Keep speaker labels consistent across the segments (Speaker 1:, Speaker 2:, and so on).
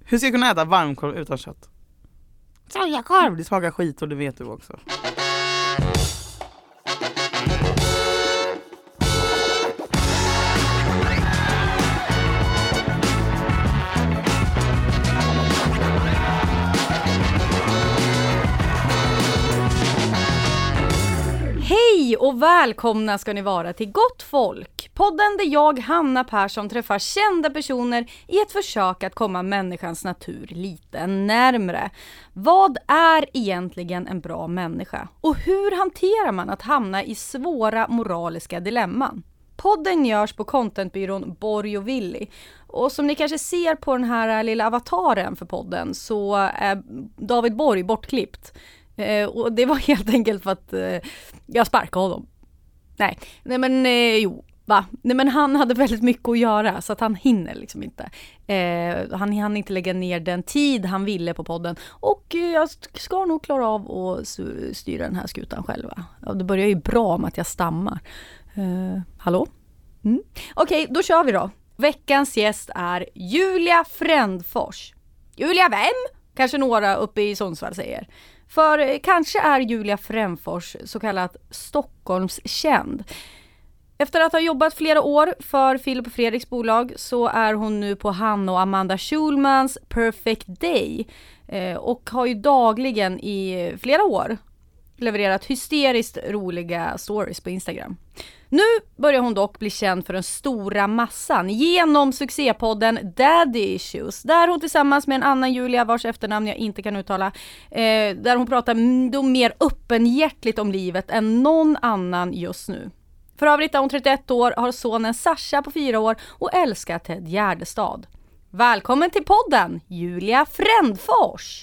Speaker 1: Hur ska jag kunna äta varmkorv utan kött? Sojakorv, det smakar skit och det vet du också.
Speaker 2: Hej och välkomna ska ni vara till Gott Folk. Podden där jag, Hanna Persson, träffar kända personer i ett försök att komma människans natur lite närmre. Vad är egentligen en bra människa? Och hur hanterar man att hamna i svåra moraliska dilemman? Podden görs på contentbyrån Borg och Willy. Och som ni kanske ser på den här lilla avataren för podden så är David Borg bortklippt. Och det var helt enkelt för att jag sparkade honom. Nej men han hade väldigt mycket att göra så att han hinner liksom inte. Han hann inte lägga ner den tid han ville på podden. Och jag ska nog klara av att styra den här skutan själva. Och det börjar ju bra med att jag stammar. Hallå? Okej, då kör vi då. Veckans gäst är Julia Frändfors. Julia vem? Kanske några uppe i Sundsvall säger. För kanske är Julia Frändfors så kallat Stockholmskänd. Efter att ha jobbat flera år för Filip och Fredriks bolag så är hon nu på Hanna och Amanda Schulmans Perfect Day. Och har ju dagligen i flera år levererat hysteriskt roliga stories på Instagram. Nu börjar hon dock bli känd för den stora massan genom succépodden Daddy Issues. Där hon tillsammans med en annan Julia vars efternamn jag inte kan uttala. Där hon pratar då mer öppenhjärtligt om livet än någon annan just nu. För övrigt är hon 31 år, har sonen Sasha på 4 år och älskar Ted Gärdestad. Välkommen till podden, Julia Frändfors!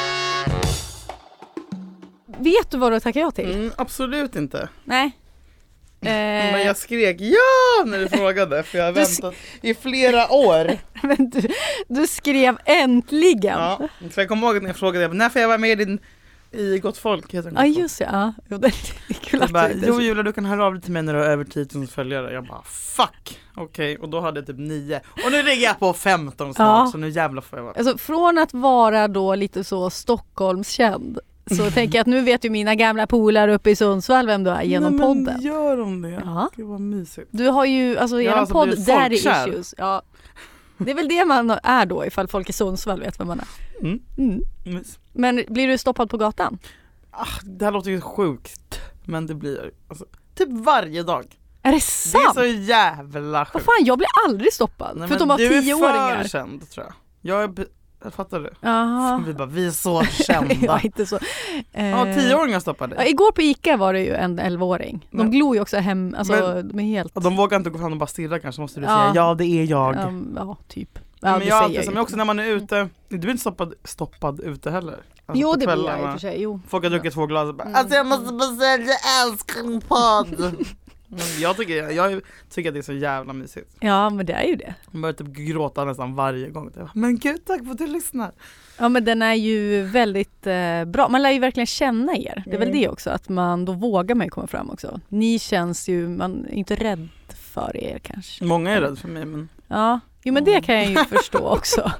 Speaker 2: Vet du vad du tackar jag till?
Speaker 1: Absolut inte.
Speaker 2: Nej.
Speaker 1: Men jag skrek ja när du frågade för jag har väntat i flera år.
Speaker 2: Men du skrev äntligen.
Speaker 1: Ja, för jag kommer ihåg när jag frågade när får jag vara med i Gott Folk heter
Speaker 2: ja just ja. Jo, det är kul att
Speaker 1: bara, jo Julia du kan höra av dig till mig när du har över 10 000 följare. Jag bara fuck. Okej, och då hade jag typ 9. Och nu ligger jag på 15 snart så nu jävla får jag vara.
Speaker 2: Alltså från att vara då lite så Stockholmskänd så tänker jag att nu vet ju mina gamla polare uppe i Sundsvall vem du är genom podden.
Speaker 1: Men gör de det?
Speaker 2: Ja.
Speaker 1: Det var mysigt.
Speaker 2: Du har ju alltså genom podd Daddy Issues. Ja. Det är väl det man är då ifall folk i Sundsvall vet vem man är. Men blir du stoppad på gatan?
Speaker 1: Det här låter ju sjukt. Men det blir alltså, typ varje dag.
Speaker 2: Är det sant?
Speaker 1: Det är så jävla sjukt.
Speaker 2: Vad fan, jag blir aldrig stoppad.
Speaker 1: Nej,
Speaker 2: för de har 10-åringar.
Speaker 1: Du är för känd tror jag. Jag fattar det. Vi är så kända.
Speaker 2: Ja, inte så.
Speaker 1: 10-åringar stoppade.
Speaker 2: Ja, igår på Ica var det ju en 11-åring. De glor ju också hem. Alltså, de är helt...
Speaker 1: De vågar inte gå fram och bara stirra kanske. Måste du säga, ja det är jag.
Speaker 2: Ja, typ. Ja,
Speaker 1: men jag alltid, som också när man är ute. Du är inte stoppad ute heller. Alltså,
Speaker 2: jo, det blir jag i och för sig. Jo.
Speaker 1: Folk har druckit 2 glas och bara, alltså jag måste bara säga att jag älskar en podd. Men jag tycker att det är så jävla mysigt.
Speaker 2: Ja, men det är ju det.
Speaker 1: Man börjar typ gråta nästan varje gång. Men gud, tack för att du lyssnar.
Speaker 2: Ja, men den är ju väldigt bra. Man lär ju verkligen känna er. Det är väl det också, att man då vågar man komma fram också. Ni känns ju, man är inte rädd för er kanske.
Speaker 1: Många är rädda för mig, men...
Speaker 2: Ja, jo, men det kan jag ju förstå också.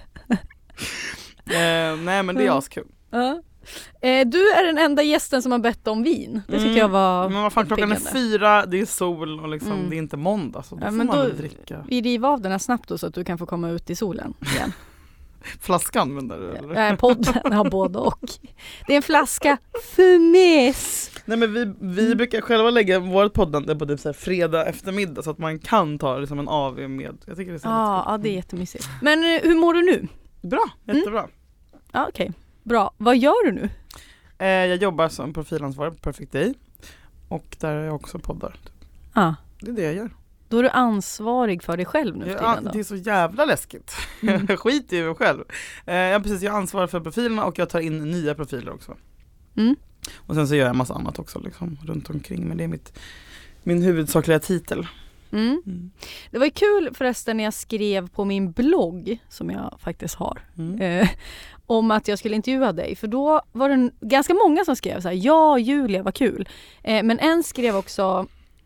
Speaker 1: Nej, men det är askul.
Speaker 2: Ja. Du är den enda gästen som har bett om vin. Det tycker jag var...
Speaker 1: Men vad fan, klockan är 4, det är sol och liksom, det är inte måndag. Så då får man väl dricka.
Speaker 2: Vi river av den här snabbt då, så att du kan få komma ut i solen igen.
Speaker 1: Flaskan menar du? Eller?
Speaker 2: Nej, podden har både och. Det är en flaska Fumes.
Speaker 1: Nej, men vi brukar själva lägga vårt poddande på typ så här fredag eftermiddag så att man kan ta det som en AV med. Jag tycker det är så
Speaker 2: ja, det är jättemysigt. Men hur mår du nu?
Speaker 1: Bra, jättebra.
Speaker 2: Ja, okej. Bra. Vad gör du nu?
Speaker 1: Jag jobbar som profilansvarig på Perfect Day. Och där är jag också poddar. Det är det jag gör.
Speaker 2: Då är du ansvarig för dig själv nu för tiden då?
Speaker 1: Det är så jävla läskigt. Jag skiter i mig själv. Jag är ansvarig för profilerna och jag tar in nya profiler också. Och sen så gör jag en massa annat också liksom, runt omkring. Men det är min huvudsakliga titel.
Speaker 2: Det var ju kul förresten när jag skrev på min blogg, som jag faktiskt har, om att jag skulle intervjua dig. För då var det ganska många som skrev så här: ja Julia, vad kul. Men en skrev också,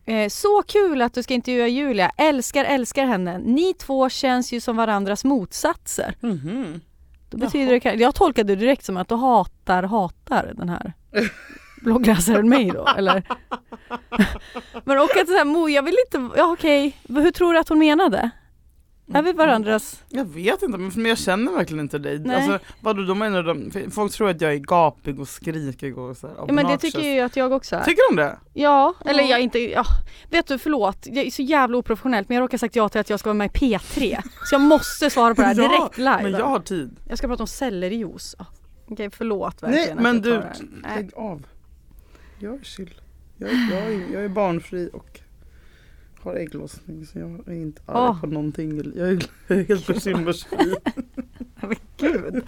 Speaker 2: Så kul att du ska intervjua Julia. Älskar henne. Ni två känns ju som varandras motsatser.
Speaker 1: Mhm.
Speaker 2: Då betyder det, jag tolkade det direkt som att du hatar den här bloggläsaren mig då, eller? Men och att så här, jag vill inte, ja okej. Hur tror du att hon menade? Är vi varandras?
Speaker 1: Jag vet inte, men jag känner verkligen inte dig.
Speaker 2: Nej.
Speaker 1: Alltså, vadå, de menar de, folk tror att jag är gapig och skrikig och så här.
Speaker 2: Ja, men det tycker ju att jag också är.
Speaker 1: Tycker de det?
Speaker 2: Ja, eller jag inte, ja. Vet du, förlåt, jag är så jävla oprofessionellt, men jag råkar sagt ja till att jag ska vara med i P3. Så jag måste svara på det här direkt live.
Speaker 1: Men jag har tid.
Speaker 2: Jag ska prata om sellerijuice. Okej, förlåt verkligen.
Speaker 1: Nej, men du, lägg av. Jag är chill. Jag är barnfri och har ägglossning, så jag är inte arg på någonting. Jag är helt bekymmersfri.
Speaker 2: Men gud.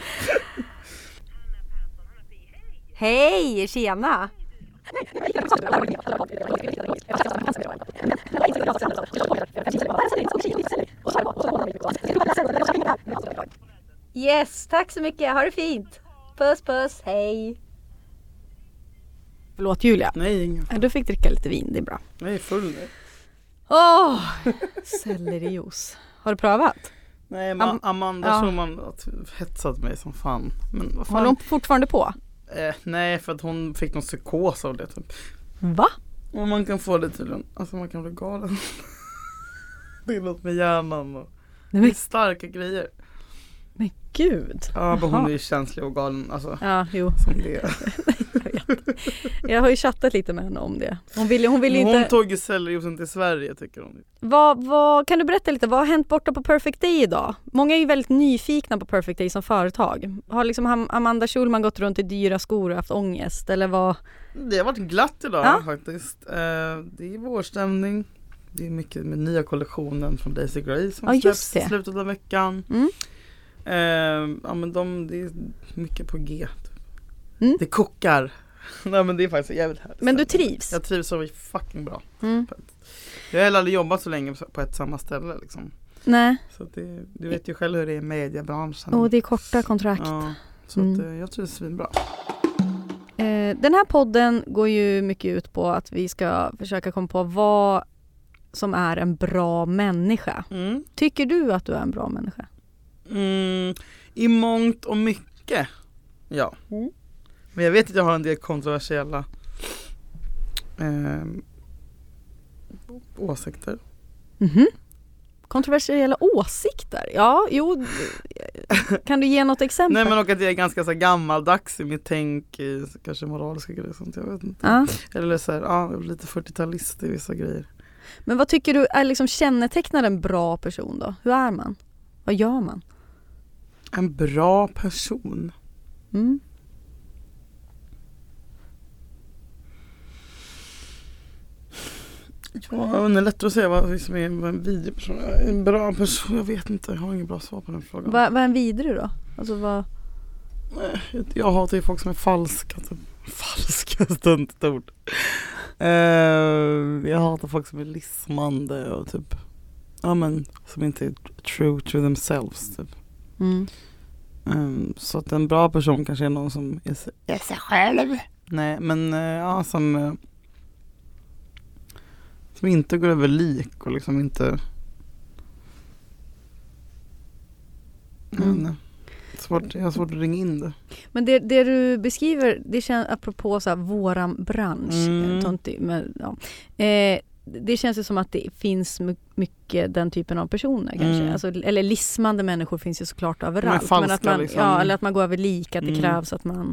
Speaker 2: Hej, tjena! Yes, tack så mycket. Ha det fint. Puss, hej. Förlåt Julia.
Speaker 1: Nej, ingen.
Speaker 2: Du fick dricka lite vin, det är bra.
Speaker 1: Jag är full nu.
Speaker 2: Sellerijuice. Har du prövat?
Speaker 1: Nej, Amanda Schulman har hetsat mig som fan. Men vad fan?
Speaker 2: Håller hon fortfarande på?
Speaker 1: Nej, för att hon fick någon psykos av det typ.
Speaker 2: Va?
Speaker 1: Och man kan få det tydligen. Alltså man kan bli galen. Det är något med hjärnan och det är starka grejer.
Speaker 2: Men gud.
Speaker 1: Ja, men hon är ju känslig och galen. Alltså,
Speaker 2: ja, jo.
Speaker 1: Som det är.
Speaker 2: Jag har ju chattat lite med henne om det. Hon ville inte...
Speaker 1: Hon tog ju sellerijuicen till Sverige, tycker hon.
Speaker 2: Kan du berätta lite, vad har hänt borta på Perfect Day idag? Många är ju väldigt nyfikna på Perfect Day som företag. Har liksom Amanda Schulman gått runt i dyra skor och haft ångest? Eller vad? Det
Speaker 1: har varit glatt idag faktiskt. Det är vårstämning. Det är mycket med nya kollektionen från Daisy Gray som släpps i slutet av veckan. Ja, men det är mycket på G. Det kokar. Nej, men det är faktiskt jävligt härligt.
Speaker 2: Men du trivs?
Speaker 1: Jag trivs så fucking bra. Jag har aldrig jobbat så länge på ett samma ställe liksom.
Speaker 2: Nej.
Speaker 1: Så du vet ju själv hur det är i mediebranschen.
Speaker 2: Det är korta kontrakt.
Speaker 1: Ja, så jag trivs svinbra.
Speaker 2: Den här podden går ju mycket ut på att vi ska försöka komma på vad som är en bra människa. Tycker du att du är en bra människa?
Speaker 1: I mångt och mycket. Ja. Men jag vet att jag har en del kontroversiella åsikter.
Speaker 2: Kontroversiella åsikter? Ja, jo. Kan du ge något exempel?
Speaker 1: Nej, men och att jag är ganska så gammaldags i mitt tänk i kanske moraliska grejer sånt, jag vet inte. Eller så här, lite 40-talist i vissa grejer.
Speaker 2: Men vad tycker du är liksom kännetecknar en bra person då? Hur är man? Vad gör man?
Speaker 1: En bra person? Ja, det är lätt att säga vad som är en vidrig person. En bra person, jag vet inte. Jag har ingen bra svar på den frågan.
Speaker 2: Vad är en vidrig då? Alltså vad...
Speaker 1: Jag hatar ju folk som är falska. Typ. Falska, ett ord. Jag hatar folk som är lismande och typ, som inte är true to themselves typ. Så att en bra person kanske är någon som är sig själv. Nej, men som inte går över lik och liksom inte jag har svårt att ringa in det.
Speaker 2: Men det du beskriver, det känns apropå så här, våran bransch det känns ju som att det finns mycket den typen av personer kanske. Alltså, eller lismande människor finns ju såklart överallt.
Speaker 1: Falska,
Speaker 2: men att man,
Speaker 1: liksom.
Speaker 2: eller att man går över lik, att det krävs att man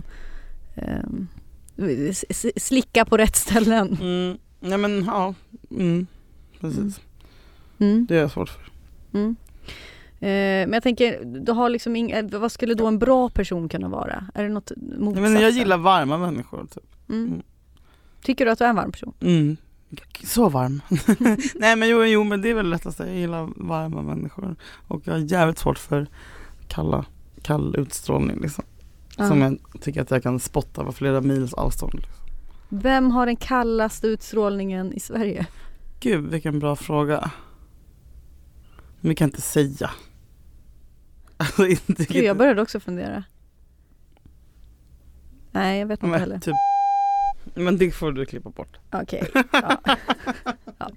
Speaker 2: slickar på rätt ställen.
Speaker 1: Nej, men precis. Det är jag svårt för.
Speaker 2: Men jag tänker, du har liksom vad skulle då en bra person kunna vara? Är det något motsatsen?
Speaker 1: Men jag gillar varma människor typ.
Speaker 2: Tycker du att du är en varm person?
Speaker 1: Så varm. Nej, men jo, men det är väl lättast. Jag gillar varma människor. Och jag har jävligt svårt för kall utstrålning liksom. Som jag tycker att jag kan spotta på flera mils avstånd liksom.
Speaker 2: Vem har den kallaste utstrålningen i Sverige?
Speaker 1: Gud, vilken bra fråga. Men vi kan inte säga. Alltså,
Speaker 2: Gud, jag började också fundera. Nej, jag vet inte heller.
Speaker 1: Typ. Men det får du klippa bort.
Speaker 2: Okej. Ja. Ja.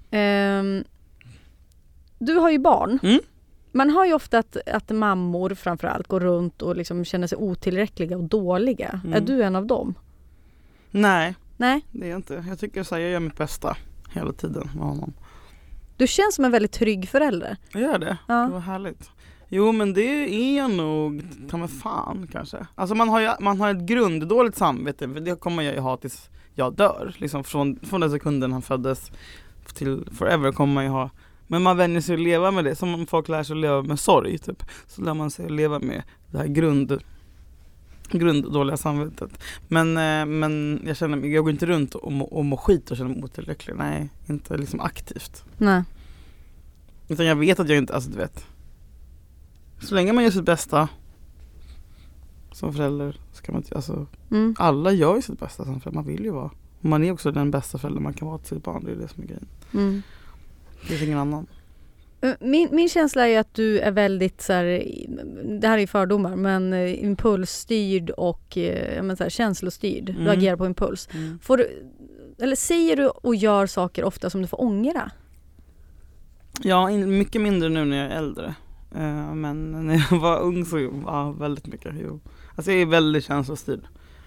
Speaker 2: Du har ju barn. Man har ju ofta att mammor framförallt går runt och liksom känner sig otillräckliga och dåliga. Är du en av dem?
Speaker 1: Nej,
Speaker 2: Nej,
Speaker 1: det är jag inte. Jag tycker så här, jag gör mitt bästa hela tiden med honom.
Speaker 2: Du känns som en väldigt trygg förälder.
Speaker 1: Jag gör det. Ja. Det var härligt. Jo, men det är jag nog, ta mig fan kanske. Alltså man har ett grunddåligt samvete, för det kommer jag ju ha tills jag dör. Liksom från den sekunden han föddes till forever kommer man ju ha. Men man vänjer sig att leva med det, som om folk lär sig att leva med sorg typ. Så lär man sig att leva med det här grunddåliga samvetet. Men jag går inte runt och mår skit och känner mig otillräcklig. Nej, inte liksom aktivt.
Speaker 2: Nej.
Speaker 1: Utan jag vet att jag inte, alltså du vet. Så länge man gör sitt bästa som förälder så kan man inte, alltså alla gör ju sitt bästa som förälder, man vill ju vara. Man är också den bästa förälder man kan vara till sitt barn, det är det som är grejen. Det finns ingen annan.
Speaker 2: Min känsla är att du är väldigt så här, det här är fördomar, men impulsstyrd och så här, känslostyrd. Du agerar på impuls. Eller säger du och gör saker ofta som du får ångra? Ja,
Speaker 1: mycket mindre nu när jag är äldre. Men när jag var ung så väldigt mycket. Alltså jag är väldigt känslostyrd.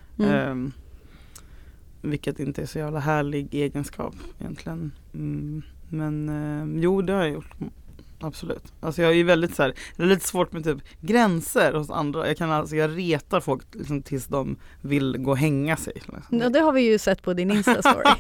Speaker 1: Vilket inte är så jävla härlig egenskap egentligen. Men det har jag gjort. Absolut. Alltså jag är väldigt så här, det är lite svårt med typ gränser hos andra. Jag retar folk liksom, tills de vill gå och hänga sig. Liksom.
Speaker 2: Ja, det har vi ju sett på din Insta-story.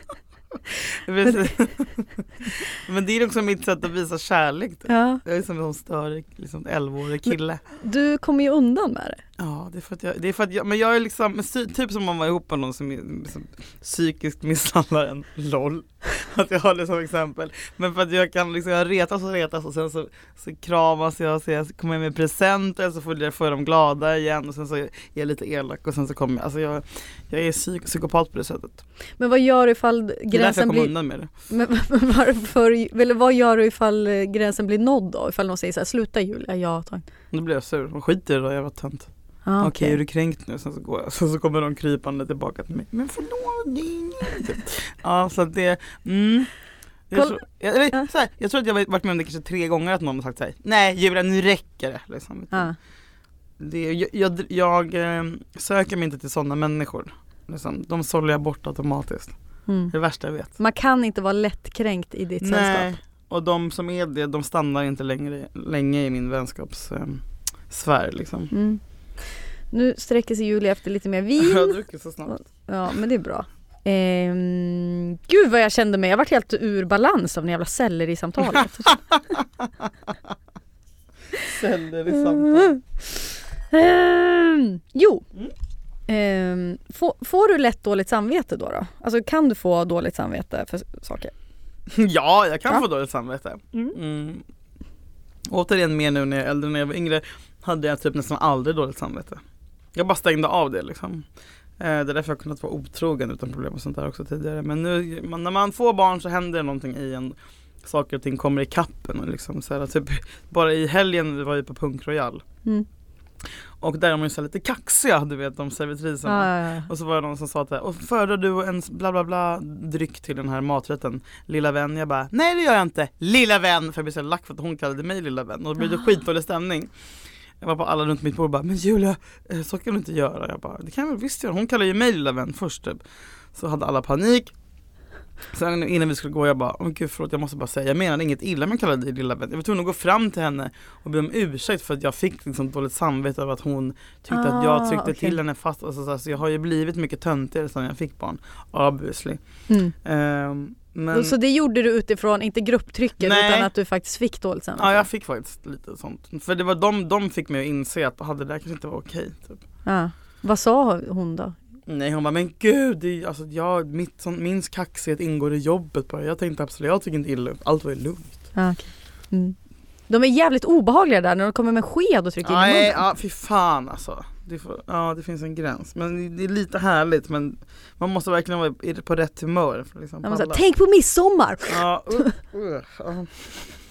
Speaker 1: Men det är också mitt sätt att visa kärlek. Typ.
Speaker 2: Ja.
Speaker 1: Jag är som en störig, liksom 11-årig kille.
Speaker 2: Du kommer ju undan med det.
Speaker 1: Ja, det är för att jag men jag är liksom typ som man var ihop med någon som är liksom, psykiskt misshandlar en LOL. Att jag har det som exempel. Men för att jag kan liksom, jag retas och sen så kramas jag och så kommer jag med presenter så får jag dem glada igen och sen så är jag lite elak och sen så kommer jag, alltså jag är psykopat på det sättet.
Speaker 2: Men vad gör du ifall gränsen blir
Speaker 1: undan med det?
Speaker 2: Men vad gör du ifall gränsen blir nådd då? Ifall någon säger så här, sluta Julia,
Speaker 1: Då blir jag sur. Och skiter i det då, jag var tönt. Okej, är du kränkt nu? Sen så går jag. Så kommer de krypande tillbaka till mig. Men förlåt, ja, så att det... Jag tror att jag har varit med om det kanske 3 gånger att någon har sagt så här: nej Julia, nu räcker det. Liksom. Jag söker mig inte till sådana människor. Liksom. De sållar jag bort automatiskt. Det är det värsta jag vet.
Speaker 2: Man kan inte vara lättkränkt i ditt sällskap.
Speaker 1: Och de som är det, de stannar inte länge i min vänskapssfär liksom.
Speaker 2: Nu sträcker sig Julia efter lite mer vin.
Speaker 1: Jag har druckit så snabbt.
Speaker 2: Ja, men det är bra. Gud vad jag kände mig. Jag var helt ur balans av en jävla selleri-samtalet.
Speaker 1: Selleri-samtal.
Speaker 2: Får du lätt dåligt samvete då? Alltså kan du få dåligt samvete för saker?
Speaker 1: Ja, jag kan få dåligt samvete. Återigen mer nu när jag är äldre. När jag var yngre hade jag typ nästan aldrig dåligt samvete. Jag bara stängde av det liksom. Det är därför jag kunnat vara otrogen utan problem och sånt där också tidigare. Men nu, när man får barn så händer det någonting i en. Saker och ting kommer i kappen. Och liksom, så här, typ, bara i helgen var vi på Punk Royal. Och där är man ju så lite kaxiga, du vet, de servitriserna. Och så var det någon som sa att och föredrar du en bla bla bla dryck till den här maträtten, lilla vän? Jag bara, nej det gör jag inte, lilla vän. För jag blev så lack för att hon kallade mig lilla vän. Och då blev det skitdålig stämning. Jag var på alla runt mitt bord och bara, men Julia, så kan du inte göra. Jag bara, det kan jag väl visst göra. Hon kallade ju mig lilla vän först typ. Så hade alla panik. Sen innan vi skulle gå, jag bara, gud förlåt, jag måste bara säga, jag menade inget illa, men kallade dig lilla vän. Jag var tvungen att gå fram till henne och be om ursäkt för att jag fick liksom dåligt samvete över att hon tyckte att jag tryckte till henne fast. Alltså, jag har ju blivit mycket töntigare sedan jag fick barn, obviously. Men... Så
Speaker 2: det gjorde du utifrån, inte grupptrycket, utan att du faktiskt fick dåligt samvete?
Speaker 1: Ja, jag fick faktiskt lite sånt. För det var de fick mig att inse att det där kanske inte var okej. Typ.
Speaker 2: Vad sa hon då?
Speaker 1: Nej, hon bara, men gud, alltså, min kaxighet ingår i jobbet bara. Jag tänkte absolut, jag tycker inte illa ut. Allt var lugnt.
Speaker 2: Okay. De är jävligt obehagliga där när de kommer med sked och trycker in i munnen.
Speaker 1: Ja, fy fan alltså. Det finns en gräns. Men det är lite härligt, men man måste verkligen vara på rätt humör. För liksom,
Speaker 2: tänk på midsommar!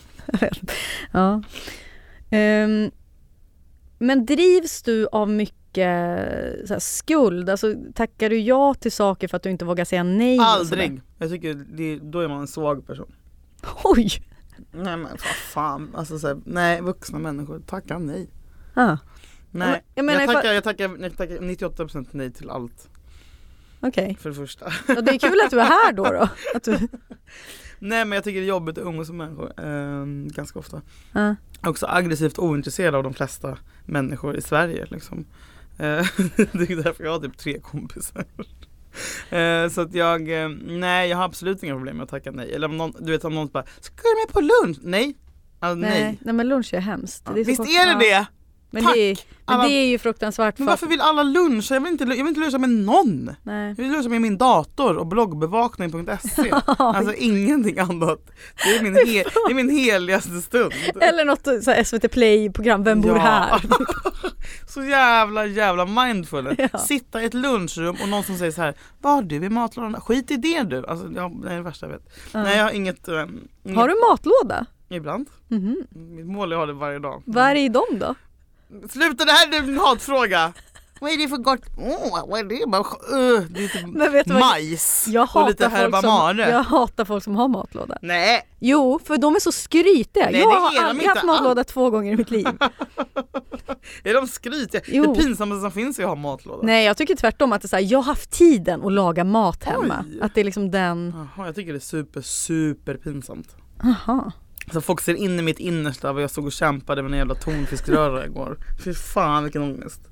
Speaker 2: Men drivs du av mycket mycket så här, skuld? Alltså, tackar du ja till saker för att du inte vågar säga nej?
Speaker 1: Aldrig. Jag tycker då är man en svag person.
Speaker 2: Oj!
Speaker 1: Nej men fan. Alltså, så här, nej, vuxna människor tackar nej. Nej, jag tackar 98% nej till allt.
Speaker 2: Okej.
Speaker 1: För det första.
Speaker 2: Ja, det är kul att du är här då. Att du...
Speaker 1: Nej, men jag tycker det är jobbigt att umgås med människor ganska ofta. Jag är också aggressivt ointresserad av de flesta människor i Sverige liksom. Det är därför jag har typ 3 kompisar. Så att jag har absolut inga problem med att tacka nej. Eller om någon bara, ska du med på lunch? Nej. Alltså, nej,
Speaker 2: men lunch är hemskt.
Speaker 1: Ja, det är visst är det?
Speaker 2: Men,
Speaker 1: tack!
Speaker 2: Det är ju fruktansvärt.
Speaker 1: Men varför vill alla luncha? Jag vill inte luncha med någon.
Speaker 2: Nej.
Speaker 1: Jag vill luncha med min dator och bloggbevakning.se. Alltså ingenting annat. Det är min heligaste stund.
Speaker 2: Eller något så här SVT Play-program, Vem bor här?
Speaker 1: Så jävla mindful. Ja. Sitta i ett lunchrum och någon som säger så här, vad har du i matlådan? Skit i det du. Alltså, det är det värsta jag vet. Nej, jag har inget...
Speaker 2: Har du matlåda?
Speaker 1: Ibland. Mitt mål är att ha det varje dag.
Speaker 2: Vad är det i dem då?
Speaker 1: Sluta, det här är en hatfråga. Vad är det för gott? Vad är det? Det är typ majs och lite herbamare.
Speaker 2: Jag hatar folk som har matlåda.
Speaker 1: Nej.
Speaker 2: Jo, för de är så skrytiga.
Speaker 1: Nej,
Speaker 2: jag har aldrig haft matlåda 2 gånger i mitt liv.
Speaker 1: Är de skrytiga? Det pinsammaste som finns är att ha matlåda.
Speaker 2: Nej, jag tycker tvärtom att det är så här, jag har haft tiden att laga mat hemma. Oj. Att det är liksom den...
Speaker 1: Jaha, jag tycker det är super pinsamt.
Speaker 2: Aha.
Speaker 1: Så folk ser in i mitt innersta vad jag stod och kämpade med en jävla tonfiskröra igår. Fy fan vilken ångest.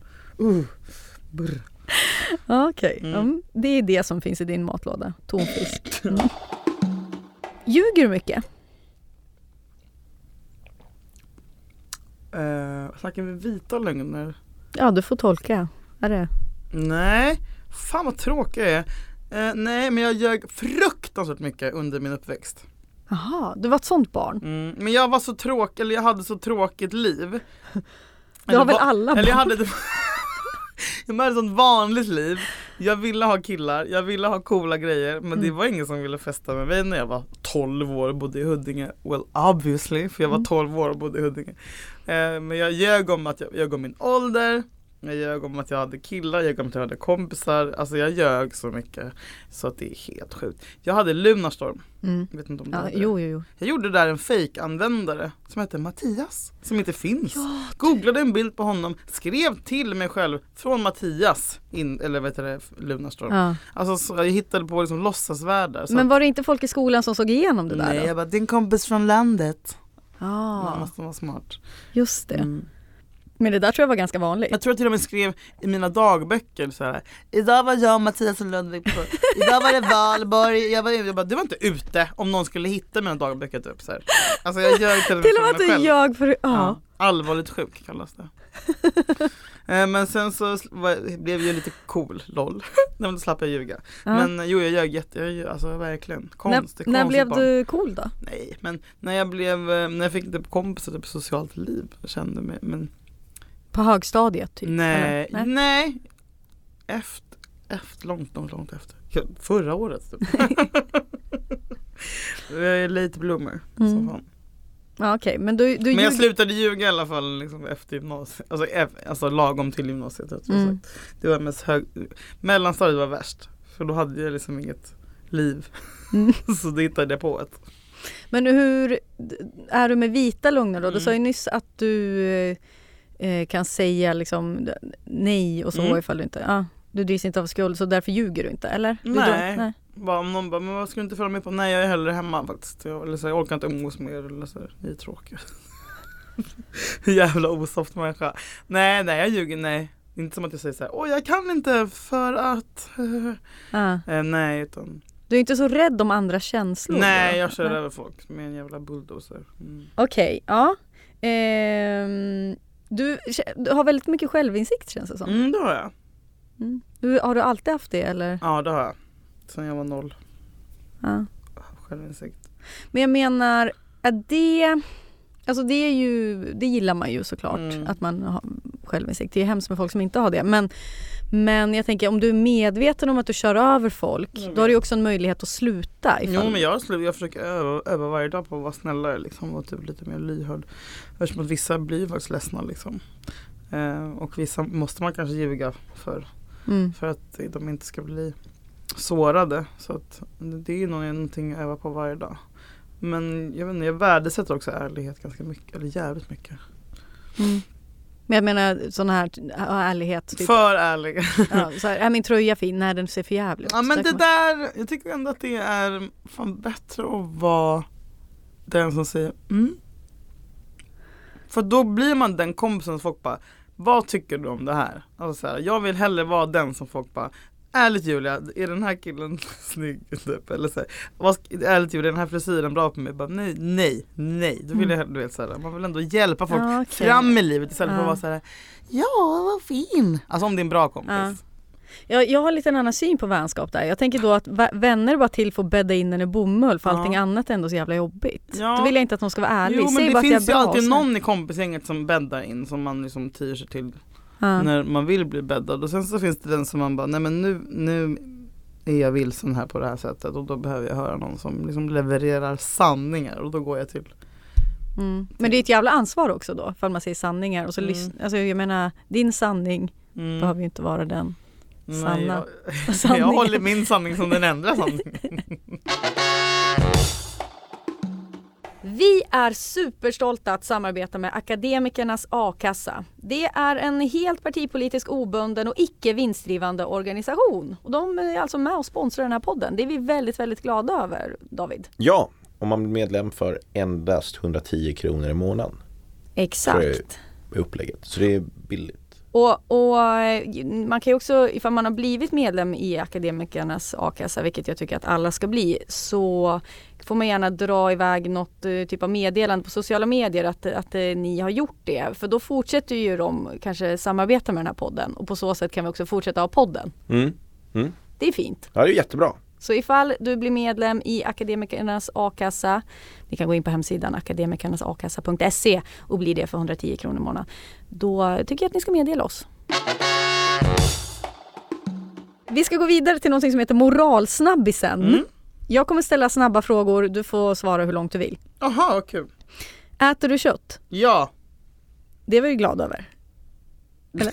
Speaker 2: Okej. Det är det som finns i din matlåda. Tonfisk. Ljuger du mycket?
Speaker 1: Snackar vi vita lögner?
Speaker 2: Ja, du får tolka. Är det?
Speaker 1: Nej, fan vad tråkig jag är. Nej, men jag ljög fruktansvärt mycket under min uppväxt.
Speaker 2: Jaha, du var ett sånt barn.
Speaker 1: Men jag var så tråkig, eller jag hade så tråkigt liv.
Speaker 2: Det har väl alla barn?
Speaker 1: Eller jag hade ett sånt vanligt liv. Jag ville ha killar, jag ville ha coola grejer, men det var ingen som ville festa med mig när jag var 12 år och bodde i Huddinge. Well, obviously, för jag var 12 år och bodde i Huddinge. Men jag ljög om att jag ljög om min ålder. Jag ljög om att jag hade killar, jag ljög om att jag hade kompisar. Alltså jag ljög så mycket så att det är helt sjukt. Jag hade Lunarstorm. Vet inte om det hade.
Speaker 2: Jo.
Speaker 1: Jag gjorde där en fake-användare som heter Mattias, som inte finns. Googlade en bild på honom, skrev till mig själv från Mattias eller vet du, Lunarstorm. Ja. Alltså så jag hittade på liksom låtsasvärldar.
Speaker 2: Men var det inte folk i skolan som såg igenom det där?
Speaker 1: Nej,
Speaker 2: då?
Speaker 1: Jag bara, din kompis från landet. Man måste vara smart.
Speaker 2: Just det. Men det där tror jag var ganska vanligt.
Speaker 1: Jag tror att till och med skrev i mina dagböcker så här: idag var jag och Mattias och Lundvik på. Idag var det Valborg. Jag bara, du var inte ute om någon skulle hitta mina dagböcker typ så här. Alltså jag gör till och med
Speaker 2: att du jag för
Speaker 1: allvarligt sjuk kallas det. Men sen så blev jag lite cool, lol. Nej, då slapp jag ljuga. Men jo, jag ljög alltså verkligen.
Speaker 2: När blev du cool då?
Speaker 1: Nej, men när jag fick typ kompisar typ socialt liv, jag kände mig, men
Speaker 2: på högstadiet typ?
Speaker 1: Nej. Efter långt efter. Förra året typ. Jag är late bloomer. Så fan.
Speaker 2: Ja, okej. Men
Speaker 1: jag slutade ljuga i alla fall liksom, efter gymnasiet. Alltså lagom till gymnasiet. Det var mest mellanstadiet var värst. För då hade jag liksom inget liv. Så det hittade jag på ett.
Speaker 2: Men hur är du med vita lögner då? Du sa ju nyss att du kan säga liksom nej och så ifall du inte... du drivs inte av skuld så därför ljuger du inte, eller?
Speaker 1: Nej. Om någon bara, men vad ska du inte följa med på? Nej, jag är hellre hemma faktiskt. Jag orkar inte umgås med er. Eller så, ni är tråkiga. Jävla osoft människa. Nej, jag ljuger, nej. Inte som att jag säger så här, jag kan inte för att... nej, utan...
Speaker 2: Du är inte så rädd om andra känslor?
Speaker 1: Nej, jag kör över folk med en jävla bulldozer.
Speaker 2: Okej, ja. Du har väldigt mycket självinsikt, känns det som.
Speaker 1: Det har jag.
Speaker 2: Har du alltid haft det, eller?
Speaker 1: Ja, det har jag. Sen jag var 0. Självinsikt.
Speaker 2: Men jag menar, det... Alltså det gillar man ju såklart, att man har självinsikt. Det är hemskt med folk som inte har det. Men jag tänker, om du är medveten om att du kör över folk, då har du också en möjlighet att sluta.
Speaker 1: Jo, men jag försöker öva varje dag på att vara snällare liksom, och typ lite mer lyhörd. Eftersom att vissa blir faktiskt ledsna liksom. Och vissa måste man kanske ljuga för att de inte ska bli sårade. Så att det är ju någonting jag övar på varje dag. Men jag vet inte, jag värdesätter också ärlighet ganska mycket, eller jävligt mycket.
Speaker 2: Men jag menar sån här ärlighet. Typ.
Speaker 1: För ärlig.
Speaker 2: Ja, så här, är min tröja fin? Nej, den ser för jävligt ut.
Speaker 1: Ja, men det där, jag tycker ändå att det är fan bättre att vara den som säger För då blir man den kompisen som folk bara, vad tycker du om det här? Alltså så här, jag vill hellre vara den som folk bara, ärligt Julia, är den här killen snygg typ? Eller så här, ärligt Julia, är den här frisyren bra på mig? Bara, nej. Då vill jag, du vet, så här, man vill ändå hjälpa folk fram i livet istället för att vara så här, ja, vad fin. Alltså om det är en bra kompis.
Speaker 2: Jag har lite en annan syn på vänskap där. Jag tänker då att vänner bara till för att bädda in en i bomull för allting annat är ändå så jävla jobbigt. Ja. Då vill jag inte att de ska vara ärliga.
Speaker 1: Jo, men det finns ju alltid någon i kompisgänget som bäddar in som man liksom tyr sig till när man vill bli bäddad. Och sen så finns det den som man bara, nej men nu är jag vilsen här på det här sättet och då behöver jag höra någon som liksom levererar sanningar och då går jag till.
Speaker 2: Men det är ett jävla ansvar också då för man säger sanningar och så alltså jag menar, din sanning behöver ju inte vara den.
Speaker 1: Nej, jag håller min sanning som den enda sanningen.
Speaker 2: Vi är superstolta att samarbeta med Akademikernas A-kassa. Det är en helt partipolitisk obunden och icke vinstdrivande organisation. Och de är alltså med och sponsrar den här podden. Det är vi väldigt, väldigt glada över, David.
Speaker 3: Ja, om man blir medlem för endast 110 kronor i månaden.
Speaker 2: Exakt.
Speaker 3: Upplägget. Så det är billigt.
Speaker 2: Och man kan ju också, ifall man har blivit medlem i Akademikernas A-kassa, vilket jag tycker att alla ska bli, så får man gärna dra iväg något typ av meddelande på sociala medier att ni har gjort det. För då fortsätter ju de kanske samarbeta med den här podden och på så sätt kan vi också fortsätta ha podden. Det är fint.
Speaker 3: Ja, det är jättebra.
Speaker 2: Så ifall du blir medlem i Akademikernas A-kassa, ni kan gå in på hemsidan akademikernasakassa.se och bli det för 110 kronor i månaden. Då tycker jag att ni ska meddela oss. Vi ska gå vidare till något som heter moralsnabbisen. Jag kommer ställa snabba frågor, du får svara hur långt du vill.
Speaker 1: Aha, vad kul.
Speaker 2: Äter du kött?
Speaker 1: Ja.
Speaker 2: Det är vi glada över. Eller?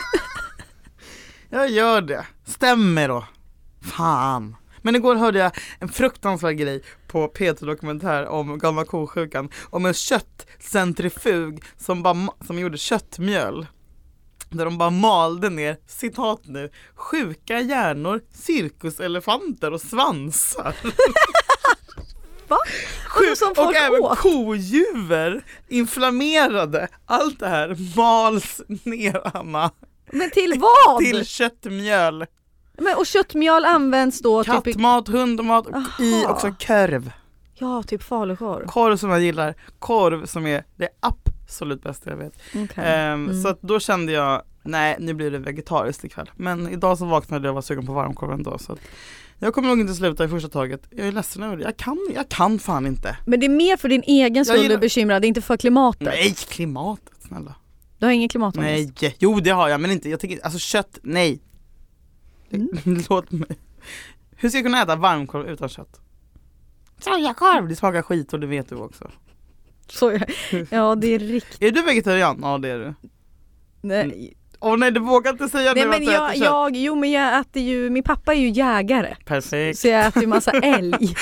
Speaker 1: Jag gör det. Stämmer då. Fan. Men igår hörde jag en fruktansvärd grej på P3-dokumentär om galna ko-sjukan. Om en köttcentrifug som gjorde köttmjöl. Där de bara malde ner, citat nu, sjuka hjärnor, cirkuselefanter och svansar.
Speaker 2: Va?
Speaker 1: Och även kojuver, inflammerade. Allt det här mals ner, Anna.
Speaker 2: Men till vad?
Speaker 1: Till köttmjöl.
Speaker 2: Men, och köttmjöl används då
Speaker 1: kattmat, hundmat och i också korv.
Speaker 2: Ja, typ falukorv.
Speaker 1: Korv som jag gillar. Korv som är det absolut bästa jag vet. Så att då kände jag, nej, nu blir det vegetariskt ikväll. Men idag så vaknade jag och var sugen på varmkorv ändå. Så att jag kommer nog inte sluta i första taget. Jag är ledsen över det. Jag kan fan inte.
Speaker 2: Men det är mer för din egen skull du är bekymrad, det är inte för klimatet.
Speaker 1: Nej, klimatet, snälla.
Speaker 2: Du har ingen klimatångest?
Speaker 1: Nej, jo det har jag, men inte, jag tycker, alltså kött, nej. Låt mig. Hur ska jag kunna äta varmkorv utan kött? Sojakorv, det smakar skit och det vet du också.
Speaker 2: Ja, det är riktigt.
Speaker 1: Är du vegetarian? Ja, det är du.
Speaker 2: Nej.
Speaker 1: Nej, du vågar inte säga
Speaker 2: nej,
Speaker 1: nu
Speaker 2: men
Speaker 1: att du äter kött.
Speaker 2: Men jag äter ju, min pappa är ju jägare.
Speaker 1: Perfekt.
Speaker 2: Så jag äter ju massa älg.